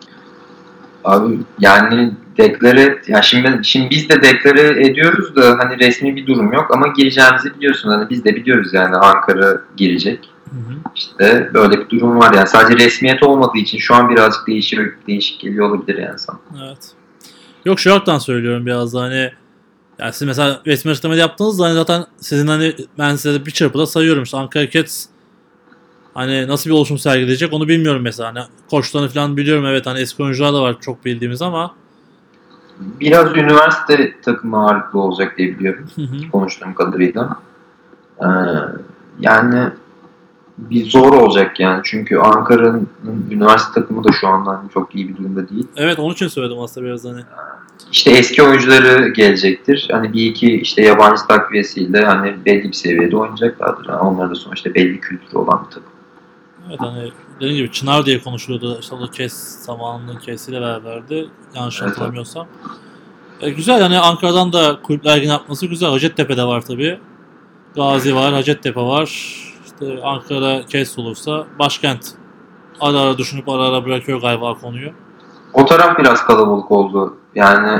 Abi yani deklare, yani şimdi şimdi biz de deklare ediyoruz da hani resmi bir durum yok ama gireceğimizi biliyorsun. Hani biz de biliyoruz yani Ankara girecek. Hı hı. İşte böyle bir durum var yani, sadece resmiyet olmadığı için şu an birazcık değişik değişik geliyor olabilir yani sana. Evet. Yok, şu haktan söylüyorum biraz da hani, yani siz mesela resmi açıklamayı yaptığınız zaman zaten sizin hani ben size bir çırpıda sayıyorum işte Ankara Cats hani nasıl bir oluşum sergileyecek onu bilmiyorum mesela. Hani koçlarını falan biliyorum, evet, hani eski oyuncular da var çok bildiğimiz ama biraz üniversite takımı ağırlıklı olacak diye biliyorum. Hı hı. Konuştuğum kadarıyla. Ee, yani bir zor olacak yani. Çünkü Ankara'nın üniversite takımı da şu anda çok iyi bir durumda değil. Evet, onun için söyledim aslında biraz hani. İşte eski oyuncuları gelecektir. Hani bir iki işte yabancı takviyesiyle hani belli bir seviyede oynayacaklardır. Yani onlar da sonuçta belli kültürü olan bir takım. Evet, hani dediğim gibi Çınar diye konuşuluyordu. İşte o Kes zamanının Kes'iyle beraberdi. Yanlış evet, hatırlamıyorsam. E, güzel hani Ankara'dan da kulüpler yine yapması güzel. Hacettepe'de var tabii. Gazi var, Hacettepe var. İşte Ankara Kes olursa başkent ara ara düşünüp ara ara bırakıyor galiba konuyu. O taraf biraz kalabalık oldu. Yani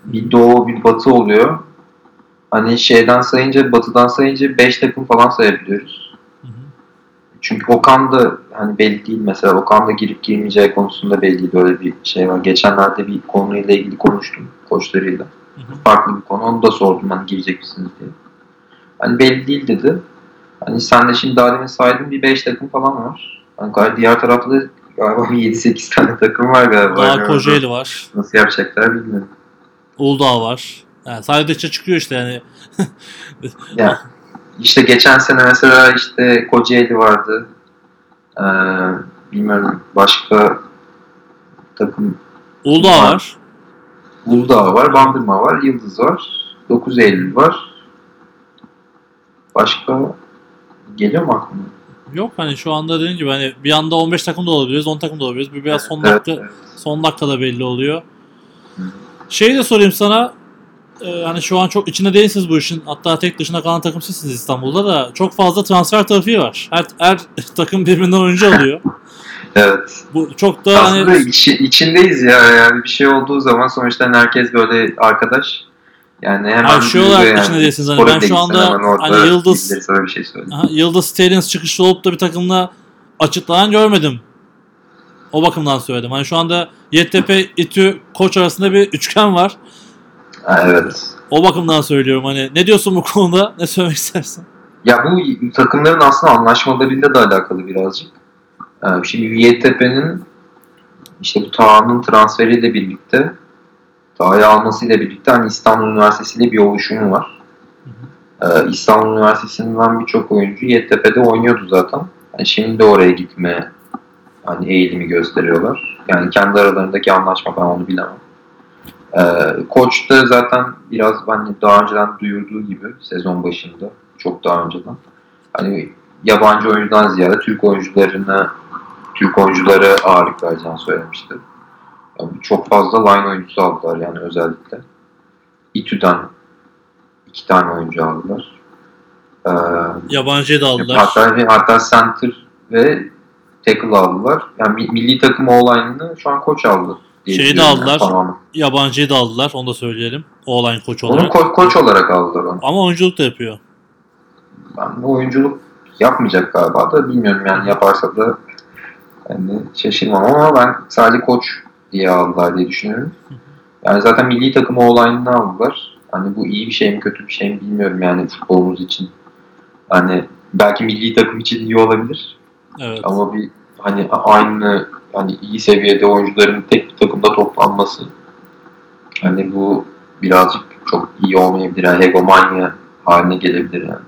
bir doğu bir batı oluyor. Hani şeyden sayınca, batıdan sayınca beş takım falan sayabiliyoruz. Hı hı. Çünkü Okan da hani belli değil mesela. Okan da girip girmeyeceği konusunda belli, böyle bir şey var. Geçenlerde bir konuyla ilgili konuştum koçlarıyla. Hı hı. Farklı bir konu. Onu da sordum hani girecek misiniz diye. Hani belli değil dedi. Hani sen de şimdi daha demin saydın, bir beş takım falan var. Hani diğer tarafta da galiba bir yedi sekiz tane takım var galiba. Daha Yani Kocaeli var. nasıl yapacaklar bilmiyorum. Uludağ var. Yani sadece çıkıyor işte yani. Yani işte geçen sene mesela işte Kocaeli vardı. Ee, bilmiyorum başka takım. Uludağ var. var. Uludağ var, Bandırma var, Yıldız var, dokuz Eylül var. Başka geliyor mu aklıma? Yok hani şu anda dediğim gibi hani bir anda on beş takım da olabiliriz, on takım da olabiliriz. Bir biraz Evet, son evet, dakika evet. son dakikada belli oluyor. Hı. Şeyi de sorayım sana. Ee, hani şu an çok içinde değilsiniz bu işin. Hatta tek dışına kalan takım sizsiniz İstanbul'da da. Çok fazla transfer trafiği var. Her, her takım birbirinden oyuncu alıyor. Evet. Bu çok da Aslında hani içi, içindeyiz ya, yani bir şey olduğu zaman sonuçta herkes böyle arkadaş. Yani hemen hani şey duyuluyor olarak içinde yani. değilsiniz. Hani Spora ben bile şu gitsen anda hemen hani orada Yıldız birileri sana bir şey söylüyor. aha, Yıldız Stallions çıkışlı olup da bir takımla açıklanan görmedim. O bakımdan söyledim. Hani şu anda Yeditepe, İTÜ, Koç arasında bir üçgen var. Ha, evet. O bakımdan söylüyorum. Hani ne diyorsun bu konuda? Ne söylemek istersin? Ya bu takımların aslında anlaşmalarıyla da alakalı birazcık. Ee, Şimdi Yeditepe'nin işte bu Taha'nın transferiyle birlikte, Taha'yı almasıyla birlikte hani İstanbul Üniversitesi ile bir oluşumu var. Ee, İstanbul Üniversitesi'nden birçok oyuncu Yeditepe'de oynuyordu zaten. Yani şimdi de oraya gitme hani eğilimi gösteriyorlar. Yani kendi aralarındaki anlaşma, ben onu bilemem. Ee, Koç da zaten biraz hani daha önceden duyurduğu gibi sezon başında, çok daha önceden hani yabancı oyuncudan ziyade Türk oyuncularına Türk oyunculara ağırlık vereceğini söylemişti. Yani çok fazla line oyuncusu aldılar yani özellikle. İTÜ'den iki tane oyuncu aldılar. Ee, Yabancıyı da aldılar. hatta hatta center ve tackle aldılar. Yani milli takım olayını şu an Koç aldı diye Şeyi de biliyorum yani, aldılar. tamamen. Yabancıyı da aldılar. Onu da söyleyelim. O-line koç Onu olarak. ko- koç olarak aldılar onu. Ama oyunculuk da yapıyor. Ben bu oyunculuk yapmayacak galiba da, bilmiyorum yani, yaparsa da yani şaşırmam, ama ben sadece koç diye aldılar diye düşünüyorum. Yani zaten milli takım olayını aldılar. Hani bu iyi bir şey mi kötü bir şey mi bilmiyorum yani futbolumuz için. Hani belki milli takım için iyi olabilir. Evet. Ama bir hani aynı hani iyi seviyede oyuncuların tek bir takımda toplanması, hani bu birazcık çok iyi olmayabilir. Yani hegemonya haline gelebilir yani.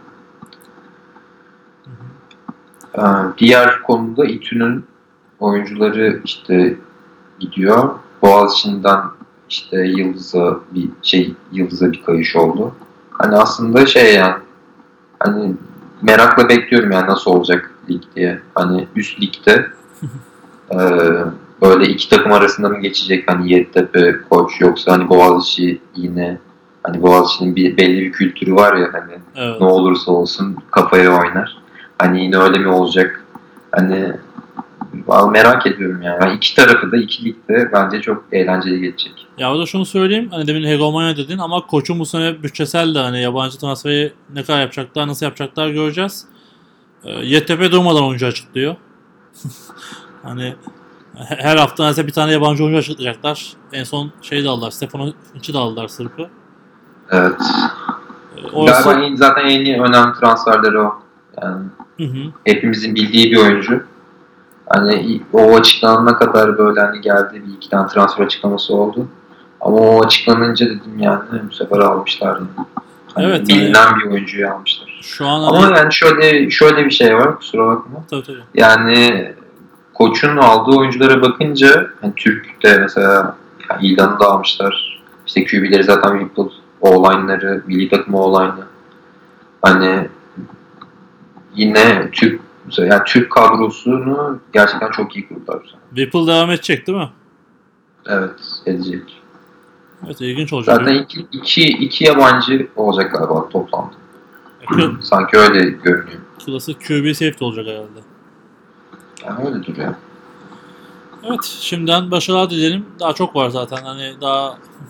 Ee, diğer konuda İTÜ'nün oyuncuları işte gidiyor. Boğaziçi'nden işte Yıldız'a bir şey Yıldız'a bir kayış oldu. Hani aslında şey yani, hani merakla bekliyorum yani nasıl olacak lig diye. Hani üst ligde e, böyle iki takım arasında mı geçecek, hani Yeditepe, Koç, yoksa hani Boğaziçi yine, hani Boğaziçi'nin bir belli bir kültürü var ya, hani Evet. ne olursa olsun kafaya oynar. Hani yine öyle mi olacak? Hani vallahi merak ediyorum yani. yani. İki tarafı da, iki ligde bence çok eğlenceli geçecek. Ya orada şunu söyleyeyim. Hani demin hegemonya dedin ama koçun bu sene bütçesel de hani yabancı transferi ne kadar yapacaklar, nasıl yapacaklar göreceğiz. E, Y T P durmadan oyuncu açıklıyor. Hani her hafta mesela bir tane yabancı oyuncu açıklayacaklar. En son şey de aldılar. Stefanovic'i de aldılar Sırp'ı. Evet. E, orası... Galiba en, zaten en iyi önemli transferleri o. Yani Hı hı. hepimizin bildiği bir oyuncu. Hani o açıklanana kadar böyle hani geldi, bir iki tane transfer açıklaması oldu. Ama o açıklanınca dedim yani bu sefer almışlar. Hani Evet, bilinen hani bir oyuncuyu almışlar. şu an Ama hani yani şöyle şöyle bir şey var, kusura bakma. tabii tabii. Yani Koç'un aldığı oyunculara bakınca hani Türk'te mesela yani İlan'ı da almışlar. İşte Q B'leri zaten Whipple, O-line'ları, milli takım O-line'ı. Hani yine Türk yani Türk kadrosunu gerçekten çok iyi kurdular. Whipple devam edecek değil mi? Evet, edecek. Evet, ilginç olacak. Zaten iki, iki, iki yabancı olacak galiba toplamda. Kı- Sanki öyle görünüyor. Klasik Q B safety olacak herhalde. Yani öyle duruyor. Evet, şimdiden başarılar dileyelim. Daha çok var zaten. Hani daha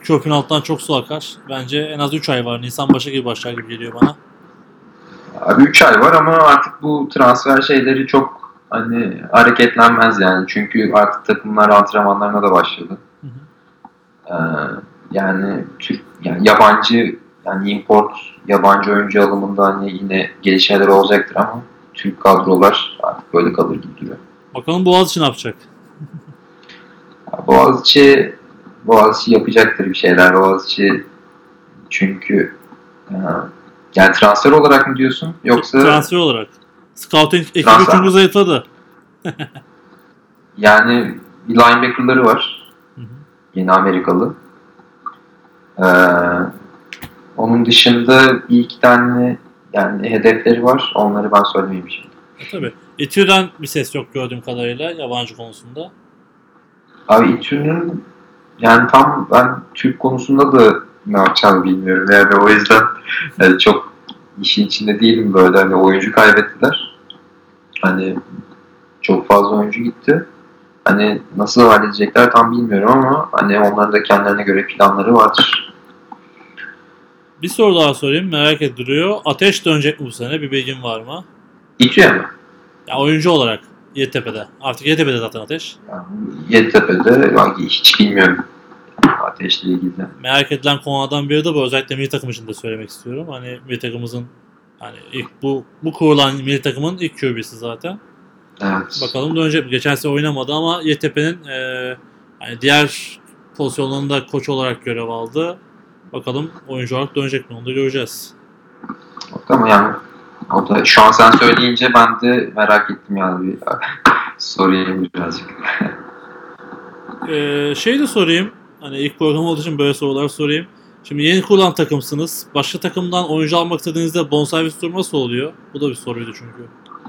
köprünün altından çok su akar. Bence en az üç ay var. Nisan başı gibi başlar gibi geliyor bana. Abi üç ay var ama artık bu transfer şeyleri çok hani hareketlenmez yani. Çünkü artık takımlar antrenmanlarına da başladı. Hı hı. Ee, yani Türk yani yabancı yani import yabancı oyuncu alımında hani yine gelişmeler olacaktır ama Türk kadrolar artık böyle kalır gibi duruyor. Bakalım Boğaziçi ne yapacak? Boğaziçi Boğaziçi yapacaktır bir şeyler. Boğaziçi çünkü e, yani transfer olarak mı diyorsun yoksa Transfer olarak. Scouting ekibi Transfer. çünkü zayıfladı. yani bir linebacker'ları var. Hı hı. Yeni Amerikalı. Ee, onun dışında bir iki tane yani hedefleri var. Onları ben söylemeyeyim şimdi. E, tabii. İTÜ'den bir ses yok gördüğüm kadarıyla yabancı konusunda. Abi İTÜ'nün yani tam ben Türk konusunda da ne yapacağını bilmiyorum. Yani o yüzden yani çok işin içinde değilim böyle. Hani oyuncu kaybettiler. Hani çok fazla oyuncu gitti. Hani nasıl halledecekler tam bilmiyorum ama hani onların da kendilerine göre planları vardır. Bir soru daha sorayım. Merak ediyor. Ateş dönecek mi bu sene? Bir bilgin var mı? İTÜ'ye mi? Ya oyuncu olarak Yeditepe'de. Artık Yeditepe'de zaten Ateş. Yani Yeditepe'de hiç bilmiyorum Ateş'le ilgili. Merak edilen konulardan biri de bu. Özellikle milli takım için de söylemek istiyorum. Hani milli takımımızın hani ilk bu bu kurulan milli takımın ilk Q B'si zaten. Evet. Bakalım dönecek mi? Geçen sene oynamadı ama Yeditepe'nin e, hani diğer pozisyonlarında koç olarak görev aldı. Bakalım oyuncu olarak dönecek mi? Onu da göreceğiz. Tamam yani o da şu an sen söyleyince ben de merak ettim yani bir sorayım birazcık. Ee, şey de sorayım. Hani ilk program olduğu için böyle sorular sorayım. Şimdi yeni kurulan takımsınız. Başka takımdan oyuncu almak istediğinizde bonservis durumu nasıl oluyor? Bu da bir soruydu çünkü.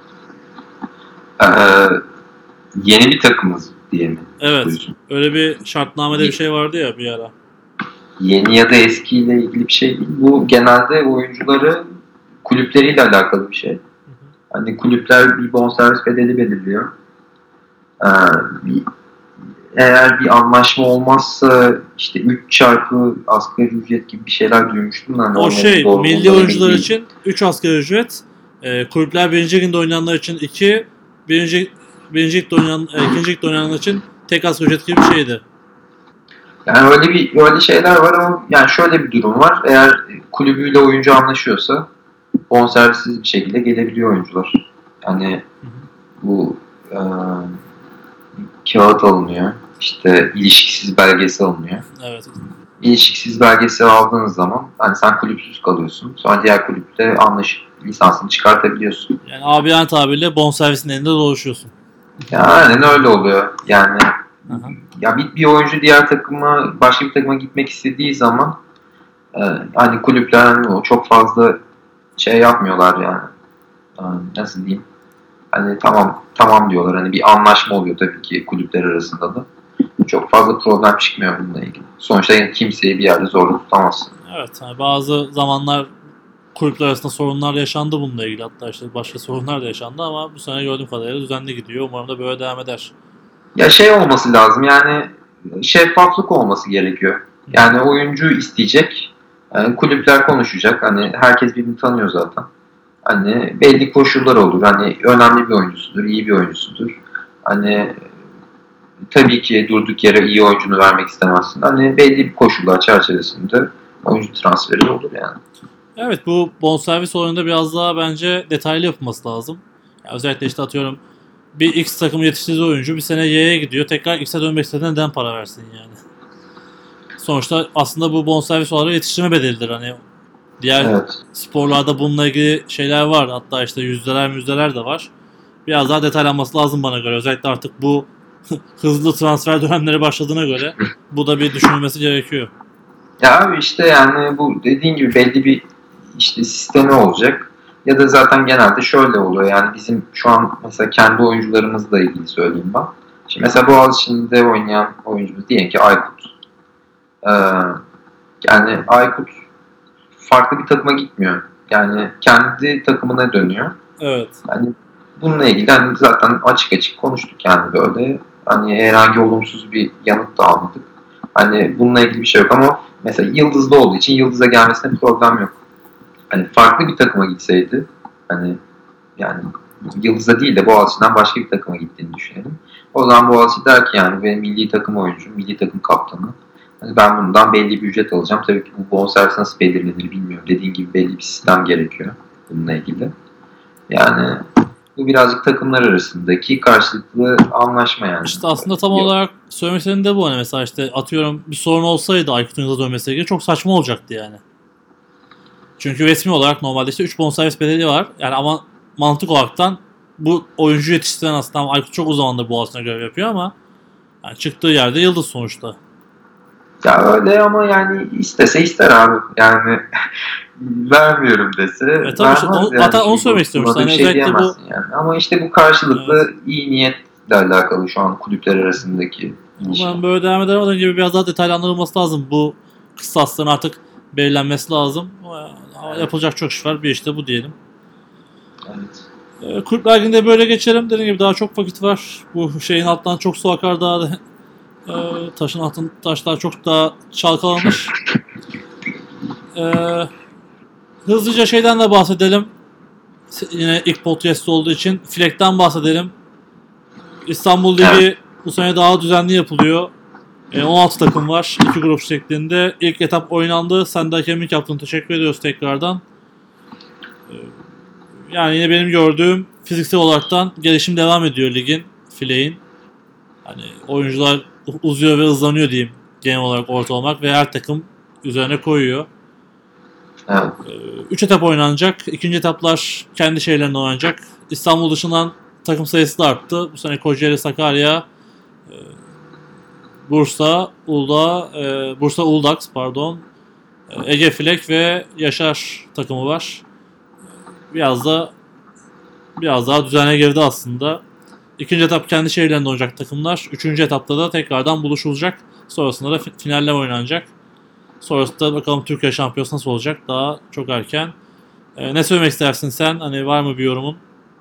Ee, yeni bir takımız diye mi? Evet. Buyurun. Öyle bir şartnamede bir şey vardı ya bir ara. Yeni ya da eskiyle ilgili bir şey değil. Bu genelde oyuncuları kulüpleriyle alakalı bir şey. Hı hı. Hani kulüpler bir bonservis bedeli belirliyor. Ee, bir, eğer bir anlaşma olmazsa işte üç çarpı asgari ücret gibi bir şeyler duymuştum. Hani O şey doğru milli olduğuna oyuncular emin için üç asgari ücret. E, kulüpler birinci liginde oynayanlar için iki. Birinci, birinci ligde oynayan, e, ikinci ligde oynayanlar için tek asgari ücret gibi bir şeydi. Yani öyle bir öyle şeyler var ama yani şöyle bir durum var. Eğer kulübüyle oyuncu anlaşıyorsa bonservissiz bir şekilde gelebiliyor oyuncular. Yani Hı hı. bu e, kağıt alınıyor. İşte ilişkisiz belgesi alınıyor. Evet. İlişkisiz belgesi aldığınız zaman hani sen kulüpsüz kalıyorsun. Sonra diğer kulüple anlaşıp lisansını çıkartabiliyorsun. Yani abi tabirle bonservisin elinde dolaşıyorsun. Yani aynen öyle oluyor. Yani Aha. ya bir, bir oyuncu diğer takıma başka bir takıma gitmek istediği zaman e, hani kulüpler hani o çok fazla şey yapmıyorlar yani. Yani nasıl diyeyim? Hani tamam tamam diyorlar. Hani bir anlaşma oluyor tabii ki kulüpler arasında da. Çok fazla problem çıkmıyor bununla ilgili. Sonuçta yani kimseyi bir yerde zorla tutamazsın. Evet. Yani bazı zamanlar kulüpler arasında sorunlar yaşandı bununla ilgili. Hatta işte başka sorunlar da yaşandı ama bu sene gördüğüm kadarıyla düzenli gidiyor. Umarım da böyle devam eder. Ya şey olması lazım yani şeffaflık olması gerekiyor. Yani oyuncu isteyecek, yani kulüpler konuşacak. Hani herkes birbirini tanıyor zaten. Hani belli koşullar olur. Hani önemli bir oyuncusudur, iyi bir oyuncusudur. Hani tabii ki durduk yere iyi oyuncunu vermek istemezsin. Hani belli bir koşullar çerçevesinde oyuncu transferi olur yani. Evet, bu bonservis olayında biraz daha bence detaylı yapılması lazım. Yani özellikle işte atıyorum bir X takım yetiştirdiği oyuncu bir sene Y'ye gidiyor. Tekrar X'e dönmek istediğinde neden para versin yani? Sonuçta aslında bu bonservis olarak yetiştirme bedelidir. Hani diğer Evet. sporlarda bununla ilgili şeyler var. Hatta işte yüzdeler müzdeler de var. Biraz daha detaylanması lazım bana göre. Özellikle artık bu hızlı transfer dönemleri başladığına göre bu da bir düşünülmesi gerekiyor. Ya abi işte yani bu dediğin gibi belli bir işte sistemi olacak. Ya da zaten genelde şöyle oluyor yani bizim şu an mesela kendi oyuncularımızla ilgili söyleyeyim ben. Şimdi mesela Boğaziçi'nde oynayan oyuncumuz diyelim ki Aykut. Ee, yani Aykut farklı bir takıma gitmiyor. Yani kendi takımına dönüyor. Evet. Yani bununla ilgili hani zaten açık açık konuştuk yani böyle. Hani herhangi olumsuz bir yanıt da almadık. Hani bununla ilgili bir şey yok ama mesela Yıldız'da olduğu için Yıldız'a gelmesine bir problem yok. Hani farklı bir takıma gitseydi, hani yani Yıldız'a değil de Boğaziçi'nden başka bir takıma gittiğini düşünelim. O zaman Boğaziçi der ki yani benim milli takım oyuncum, milli takım kaptanı. Hani ben bundan belli bir ücret alacağım. Tabii ki bu bonservis nasıl belirlenir bilmiyorum. Dediğin gibi belli bir sistem gerekiyor bununla ilgili. Yani bu birazcık takımlar arasındaki karşılıklı anlaşma yani. İşte aslında tam Yok. olarak söylemek istediğim de bu. Hani mesela işte atıyorum bir sorun olsaydı Aykut Yıldız'a dönmesiyle ilgili çok saçma olacaktı yani. Çünkü resmi olarak normalde işte üç bonservis bedeli var. Yani ama mantık olaraktan bu oyuncu yetiştiren aslında Aykut çok uzun zamandır Boğaziçi'ne görev yapıyor ama yani çıktığı yerde Yıldız sonuçta. Ya öyle ama yani istese ister abi. Yani vermiyorum dese. E tabii işte, o, yani. Hatta onu söylemek istiyorum. Hani şey diyemezsin bu... yani. Ama işte bu karşılıklı evet. iyi niyetle alakalı şu an kulüpler arasındaki ilişki. Ben böyle devam eden gibi biraz daha detaylandırılması lazım. Bu kıstasların artık belirlenmesi lazım. Evet. Yapılacak çok iş var. Bir işte bu diyelim. Evet. Kulüpler Ligi'nde böyle geçelim. Dediğim gibi daha çok vakit var. Bu şeyin altından çok su akar daha da e, taşın altın taşlar çok daha çalkalanır. e, hızlıca şeyden de bahsedelim. Yine ilk podcast olduğu için Fleck'ten bahsedelim. İstanbul Ligi evet. bu sene daha düzenli yapılıyor. E, on altı takım var. iki grup şeklinde. İlk etap oynandı. Sen de hakemlik yaptın. Teşekkür ediyoruz tekrardan. E, yani yine benim gördüğüm fiziksel olaraktan gelişim devam ediyor ligin. Fleck'in. Hani oyuncular uzuyor ve hızlanıyor diyeyim. Genel olarak orta olmak ve her takım üzerine koyuyor. Evet. Üç etap oynanacak. İkinci etaplar kendi şeylerinde oynanacak. İstanbul dışından takım sayısı da arttı. Bu sene Kocaeli, Sakarya, Bursa, Uludağ, Bursa Uludağ pardon, Ege Fleck ve Yaşar takımı var. Biraz da biraz daha düzene girdi aslında. İkinci etap kendi şehirlerinde oynayacak takımlar. Üçüncü etapta da tekrardan buluşulacak. Sonrasında da finaller oynanacak. Sonrasında bakalım Türkiye Şampiyonası nasıl olacak? Daha çok erken. Ee, ne söylemek istersin sen? Hani var mı bir yorumun?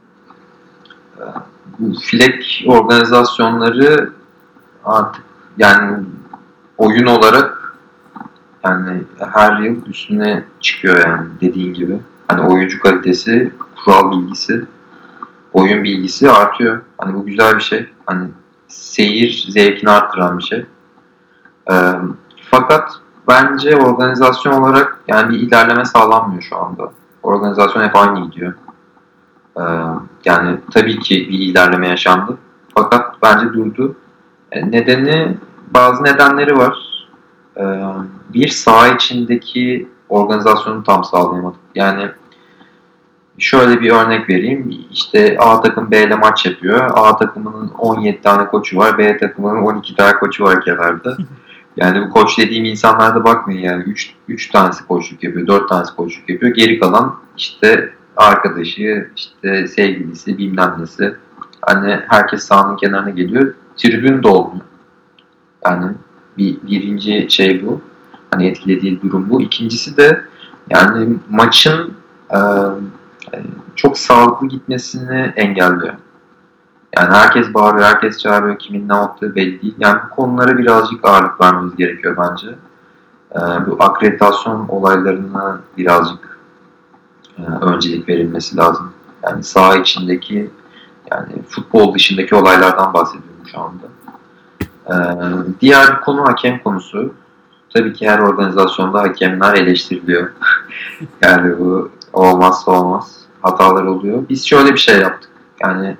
Bu Fleck organizasyonları artık yani oyun olarak yani her yıl üstüne çıkıyor yani dediğin gibi. Hani oyuncu kalitesi, kural bilgisi, oyun bilgisi artıyor. Hani bu güzel bir şey. Hani seyir zevkini arttıran bir şey. Ee, fakat bence organizasyon olarak yani bir ilerleme sağlanmıyor şu anda. Organizasyon hep aynı gidiyor. Ee, yani tabii ki bir ilerleme yaşandı. Fakat bence durdu. E, nedeni, bazı nedenleri var. Ee, bir saha içindeki organizasyonu tam sağlayamadık. Yani şöyle bir örnek vereyim. İşte A takım B ile maç yapıyor. A takımının on yedi tane koçu var. B takımının on iki tane koçu var kenarda. Yani bu koç dediğim insanlarda bakmayın yani üç tanesi koçluk yapıyor, dört tanesi koçluk yapıyor. Geri kalan işte arkadaşı, işte sevgilisi, bilmem nesi. Hani herkes sahanın kenarına geliyor. Tribün dolmuyor. Yani bir, birinci şey bu. Hani etkilediği durum bu. İkincisi de yani maçın e, çok sağlıklı gitmesini engelliyor. Yani herkes bağırıyor, herkes çağırıyor, kimin ne yaptığı belli değil. Yani bu konulara birazcık ağırlık vermemiz gerekiyor bence. Ee, bu akreditasyon olaylarına birazcık e, öncelik verilmesi lazım. Yani saha içindeki, yani futbol dışındaki olaylardan bahsediyorum şu anda. Ee, diğer bir konu hakem konusu. Tabii ki her organizasyonda hakemler eleştiriliyor. Yani bu olmazsa olmaz. Hatalar oluyor. Biz şöyle bir şey yaptık. Yani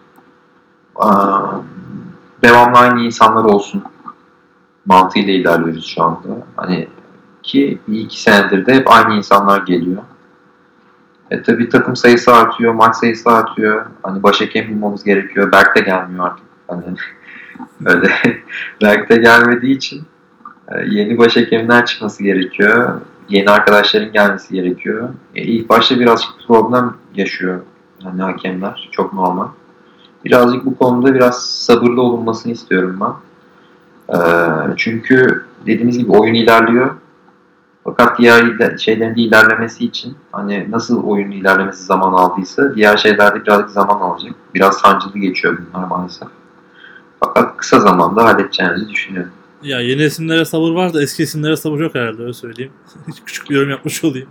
devamlı aynı insanlar olsun mantığıyla ilerliyoruz şu anda. Hani ki bir iki senedir de hep aynı insanlar geliyor. E tabii takım sayısı artıyor, maç sayısı artıyor. Hani başhakem bulmamız gerekiyor. Berk de gelmiyor artık. Hani öyle Berk de gelmediği için yeni başhakemler çıkması gerekiyor. Yeni arkadaşların gelmesi gerekiyor. E ilk başta birazcık problem yaşıyor hani hakemler. Çok normal. Birazcık bu konuda biraz sabırlı olunmasını istiyorum ben. Ee, çünkü dediğimiz gibi oyun ilerliyor. Fakat diğer şeylerin de ilerlemesi için hani nasıl oyunun ilerlemesi zaman aldıysa diğer şeylerde birazcık zaman alacak. Biraz sancılı geçiyor bunlar maalesef. Fakat kısa zamanda halledeceğimizi düşünüyorum. Ya yeni isimlere sabır var da eski isimlere sabır yok herhalde, öyle söyleyeyim. Küçük bir yorum yapmış olayım.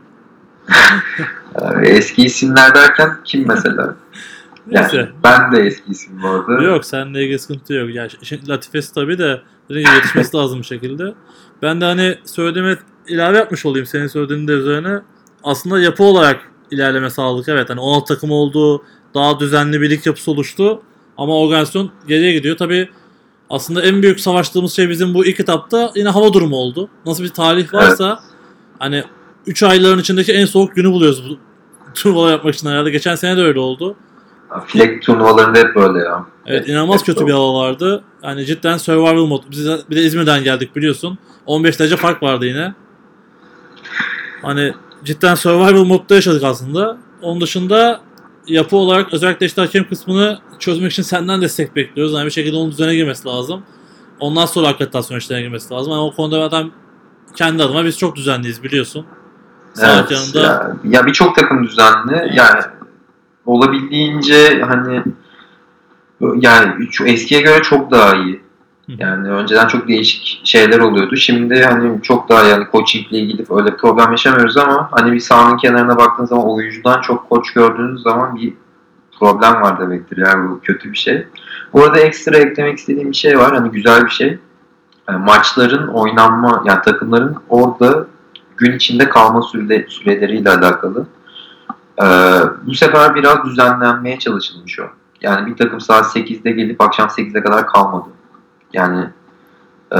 Eski isimler derken kim mesela? Neyse. Yani ben de eski isim bu arada. Yok, seninle ilgili sıkıntı yok. Yani işin latifesi tabii de dediğim gibi yetişmesi lazım bir şekilde. Ben de hani söylediğime ilave yapmış olayım senin söylediğinin de üzerine. Aslında yapı olarak ilerleme sağladık. Evet, hani on altı takım oldu. Daha düzenli bir lig yapısı oluştu. Ama organizasyon geriye gidiyor. Tabii aslında en büyük savaştığımız şey bizim bu ilk etapta yine hava durumu oldu. Nasıl bir talih varsa evet. Hani üç ayların içindeki en soğuk günü buluyoruz bu turnuvalar yapmak için herhalde. Geçen sene de öyle oldu. Flag turnuvalarında hep böyle ya. Evet, inanılmaz kötü bir hava vardı. Yani cidden survival mod. Biz bir de İzmir'den geldik biliyorsun. on beş derece fark vardı yine. Hani cidden survival modda yaşadık aslında. Onun dışında yapı olarak özellikle işte hakem kısmını çözmek için senden destek bekliyoruz. Yani bir şekilde onun düzene girmesi lazım. Ondan sonra akreditasyon işlerine girmesi lazım. Yani o konuda ben kendi adıma biz çok düzenliyiz biliyorsun. Evet, yanında... ya, ya birçok takım düzenli. Evet. Yani olabildiğince hani yani şu eskiye göre çok daha iyi. Yani önceden çok değişik şeyler oluyordu. Şimdi hani çok daha yani coachingle ilgili öyle problem yaşamıyoruz ama hani bir sahanın kenarına baktığınız zaman oyuncudan çok koç gördüğünüz zaman bir problem var demektir. Yani bu kötü bir şey. Bu arada ekstra eklemek istediğim bir şey var. Hani güzel bir şey. Yani maçların oynanma yani takımların orada gün içinde kalma süre, süreleriyle alakalı. Ee, bu sefer biraz düzenlenmeye çalışılmış o. Yani bir takım saat sekizde gelip akşam sekize kadar kalmadı. Yani e,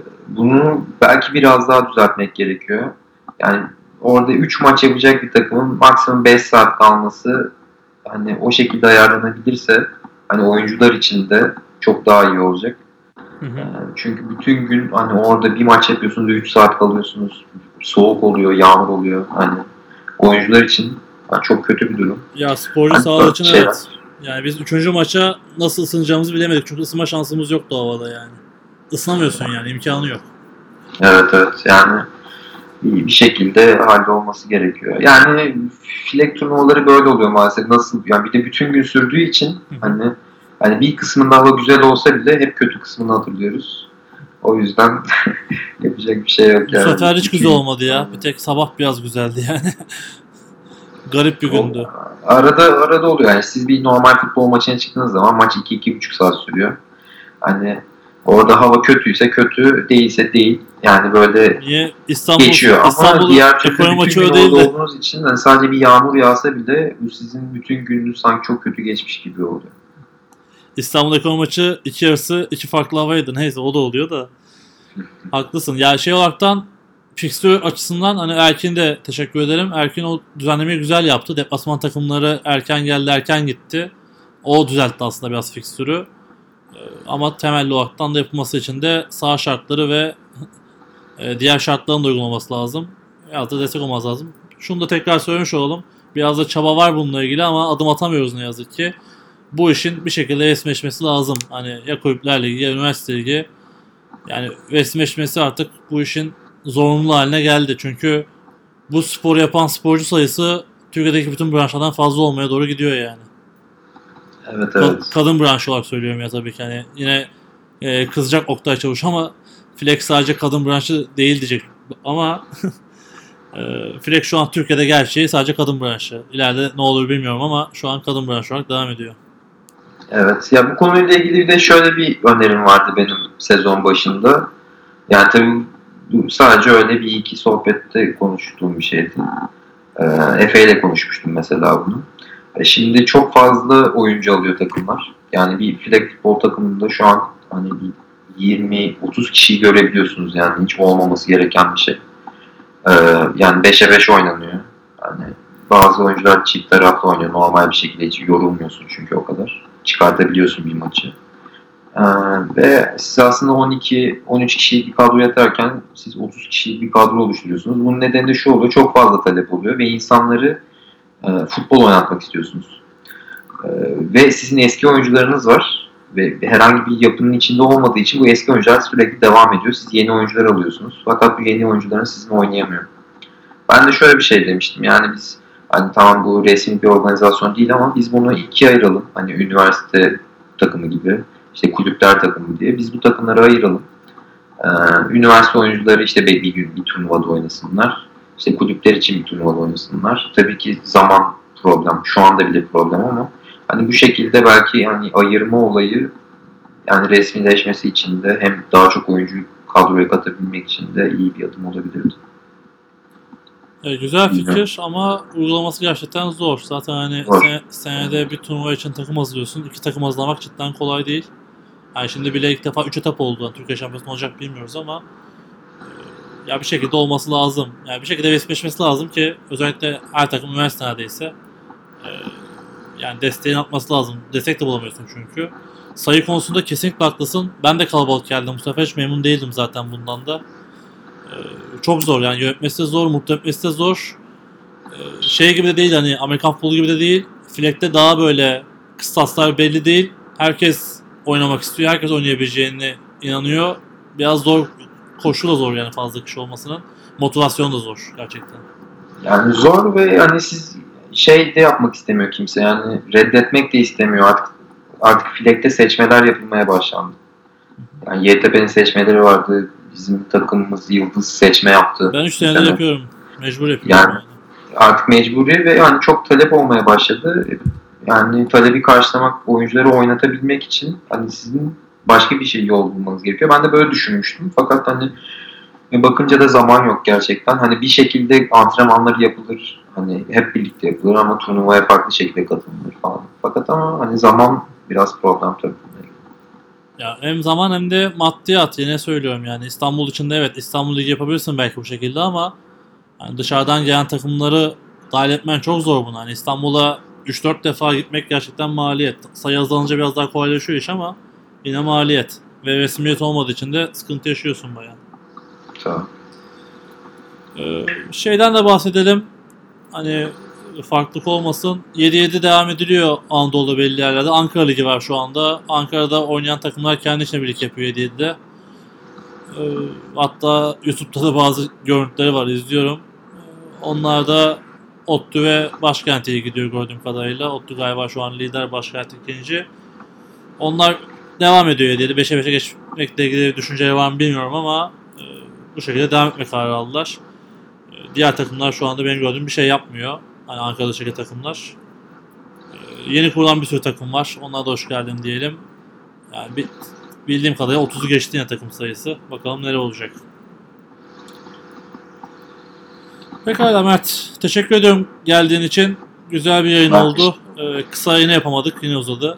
bunu belki biraz daha düzeltmek gerekiyor. Yani orada üç maç yapacak bir takımın maksimum beş saat kalması hani o şekilde ayarlanabilirse hani oyuncular için de çok daha iyi olacak. Hı hı. Yani çünkü bütün gün hani orada bir maç yapıyorsunuz, üç saat kalıyorsunuz. Soğuk oluyor, yağmur oluyor. Hani oyuncular için yani çok kötü bir durum. Ya sporcu hani sağlığı için şeyler. Evet. Yani biz üçüncü maça nasıl ısınacağımızı bilemedik. Çünkü ısınma şansımız yoktu havada yani. Isınamıyorsun yani, imkanı yok. Evet evet yani bir şekilde hallolması gerekiyor. Yani flag turnuvaları böyle oluyor maalesef. Nasıl yani bir de bütün gün sürdüğü için Hı-hı. hani hani bir kısmında hava güzel olsa bile hep kötü kısmını hatırlıyoruz. O yüzden yapacak bir şey yok yani. Bu sefer hiç güzel olmadı ya. Bir tek sabah biraz güzeldi yani. Garip bir gündü. Arada arada oluyor yani. Siz bir normal futbol maçına çıktığınız zaman maç iki iki buçuk saat sürüyor. Hani orada hava kötüyse kötü, değilse değil. Yani böyle Niye? İstanbul, geçiyor. İstanbul, ama diğer türlü bütün gün orada olduğunuz için yani sadece bir yağmur yağsa bile bu sizin bütün gününüz sanki çok kötü geçmiş gibi oluyor. İstanbul Ekonomi maçı iki yarısı iki farklı havaydı. Neyse o da oluyor da. Haklısın. Ya şey olaraktan fikstür açısından hani Erkin de teşekkür ederim. Erkin o düzenlemeyi güzel yaptı. Deplasman takımları erken geldi, erken gitti. O düzeltti aslında biraz fikstürü. Ama temelli olaraktan da yapılması için de saha şartları ve diğer şartların da uygulanması lazım. Biraz da destek olması lazım. Şunu da tekrar söylemiş olalım. Biraz da çaba var bununla ilgili ama adım atamıyoruz ne yazık ki. Bu işin bir şekilde resmileşmesi lazım. Hani ya kulüpler ligi ya üniversite ligi. Yani resmileşmesi artık bu işin zorunlu haline geldi. Çünkü bu sporu yapan sporcu sayısı Türkiye'deki bütün branşlardan fazla olmaya doğru gidiyor yani. Evet evet. Ka- kadın branşı olarak söylüyorum ya tabii ki. Yani yine e, kızacak Oktay Çavuş ama Flex sadece kadın branşı değil diyecek. Ama e, Flex şu an Türkiye'de gerçeği sadece kadın branşı. İleride ne olur bilmiyorum ama şu an kadın branşı olarak devam ediyor. Evet. Ya bu konuyla ilgili bir de şöyle bir önerim vardı benim sezon başında. Yani tabii sadece öyle bir iki sohbette konuştuğum bir şeydi. Ee, Efe ile konuşmuştum mesela bunu. E şimdi çok fazla oyuncu alıyor takımlar. Yani bir flag futbol takımında şu an hani yirmi otuz kişiyi görebiliyorsunuz yani hiç olmaması gereken bir şey. Ee, yani beşe beş oynanıyor. Yani bazı oyuncular çift taraflı oynuyor. Normal bir şekilde hiç yorulmuyorsun çünkü o kadar. Çıkartabiliyorsun bir maçı. Ee, ve siz aslında on iki on üç kişilik bir kadro yatarken siz otuz kişilik bir kadro oluşturuyorsunuz. Bunun nedeni de şu oluyor. Çok fazla talep oluyor ve insanları e, futbol oynatmak istiyorsunuz. E, ve sizin eski oyuncularınız var ve herhangi bir yapının içinde olmadığı için bu eski oyuncular sürekli devam ediyor. Siz yeni oyuncular alıyorsunuz. Fakat bu yeni oyuncuların sizinle oynayamıyor. Ben de şöyle bir şey demiştim. Yani biz hani tamam bu resmi bir organizasyon değil ama biz bunu ikiye ayıralım. Hani üniversite takımı gibi, işte kulüpler takımı diye. Biz bu takımları ayıralım. Ee, üniversite oyuncuları işte bir, bir gün bir turnuvada oynasınlar. İşte kulüpler için bir turnuvada oynasınlar. Tabii ki zaman problem. Şu anda bile problem ama hani bu şekilde belki hani ayırma olayı yani resmileşmesi için de hem daha çok oyuncuyu kadroya katabilmek için de iyi bir adım olabilirdi. Evet, güzel fikir ama uygulaması gerçekten zor. Zaten hani sen, senede bir turnuva için takım hazırlıyorsun. İki takım hazırlamak cidden kolay değil. Yani şimdi bile ilk defa üç etap oldu. Yani Türkiye şampiyonu olacak bilmiyoruz ama ya bir şekilde olması lazım. Yani bir şekilde resmileşmesi lazım ki özellikle her takım üniversite neredeyse yani desteğini atması lazım. Destek de bulamıyorsun çünkü. Sayı konusunda kesinlikle haklısın. Ben de kalabalık geldim. Bu sefer hiç memnun değildim zaten bundan da. Çok zor yani yönetmesi de zor, mutlu etmesi de zor. Şey gibi de değil hani Amerikan futbolu gibi de değil. Flek'te daha böyle kıstaslar belli değil. Herkes oynamak istiyor. Herkes oynayabileceğine inanıyor. Biraz zor, koşu da zor yani fazla kişi olmasının. Motivasyon da zor gerçekten. Yani zor ve hani siz şey de yapmak istemiyor kimse yani reddetmek de istemiyor artık. Artık Flek'te seçmeler yapılmaya başlandı. Yani Y T P'nin seçmeleri vardı. Bizim takımımız yıldız seçme yaptı. Ben üç senedir yapıyorum. Mecbur yapıyorum. Yani, yani artık mecburi ve yani çok talep olmaya başladı. Yani talebi karşılamak, oyuncuları oynatabilmek için hani sizin başka bir şey yol bulmanız gerekiyor. Ben de böyle düşünmüştüm. Fakat hani bakınca da zaman yok gerçekten. Hani bir şekilde antrenmanlar yapılır. Hani hep birlikte yapılır ama turnuvaya farklı şekilde katılınır falan. Fakat ama hani zaman biraz problem tabii. Ya hem zaman hem de maddiyat yine söylüyorum yani İstanbul içinde evet İstanbul Ligi yapabilirsin belki bu şekilde ama yani dışarıdan gelen takımları dahil etmen çok zor buna. Yani İstanbul'a üç dört defa gitmek gerçekten maliyet. Sayı azalınca biraz daha kolaylaşıyor iş ama yine maliyet. Ve resmiyet olmadığı için de sıkıntı yaşıyorsun bayağı. Tamam. Ee, şeyden de bahsedelim. Hani farklılık olmasın. yedi yedi devam ediliyor Anadolu'da belli yerlerde. Ankara Ligi var şu anda. Ankara'da oynayan takımlar kendi içine birlik yapıyor yedi yedide. Ee, hatta YouTube'da da bazı görüntüleri var izliyorum. Ee, onlar da ODTÜ ve Başkent'e gidiyor gördüğüm kadarıyla. ODTÜ galiba şu an lider, Başkent ikinci. Onlar devam ediyor yedi yedi. beşe beşe geçmekle ilgili düşünceleri var mı bilmiyorum ama e, bu şekilde devam etme kararı aldılar. E, diğer takımlar şu anda benim gördüğüm bir şey yapmıyor. Hani Ankara'daki takımlar. E, yeni kurulan bir sürü takım var. Onlara da hoş geldin diyelim. Yani bir, bildiğim kadarıyla otuzu geçti yine takım sayısı. Bakalım neler olacak. Pekala Mert. Teşekkür ediyorum geldiğin için. Güzel bir yayın ben oldu. Ee, kısa yine yapamadık. Yine uzadı.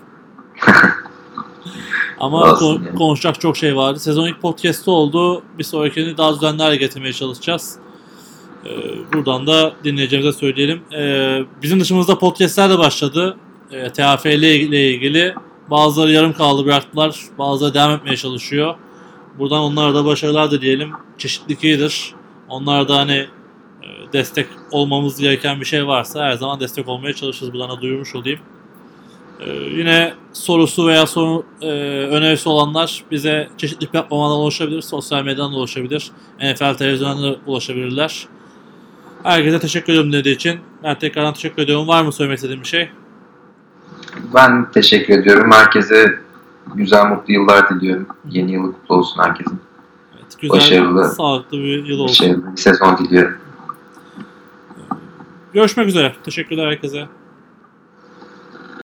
Ama kon- yani. konuşacak çok şey vardı. Sezon ilk podcast'ı oldu. Bir sonrakini daha düzenli hale getirmeye çalışacağız. Ee, buradan da dinleyeceğimize söyleyelim. Ee, bizim dışımızda podcast'ler de başladı. Ee, T A F L ile ilgili. Bazıları yarım kaldı bıraktılar. Bazıları devam etmeye çalışıyor. Buradan onlara da başarılar da diyelim. Çeşitlilik iyidir. Onlar da hani destek olmamız gereken bir şey varsa her zaman destek olmaya çalışırız. Buradan da duyurmuş olayım. Ee, yine sorusu veya soru e, önerisi olanlar bize çeşitli platformlardan ulaşabilir. Sosyal medyadan da ulaşabilir. N F L televizyondan da ulaşabilirler. Herkese teşekkür ediyorum dediği için. Ben tekrardan teşekkür ediyorum. Var mı söylemek istediğin bir şey? Ben teşekkür ediyorum. Herkese güzel, mutlu yıllar diliyorum. Yeni yılı kutlu olsun herkesin. Evet, güzel, başarılı, sağlıklı bir yıl olsun. Başarılı bir sezon diliyorum. Görüşmek üzere. Teşekkürler herkese.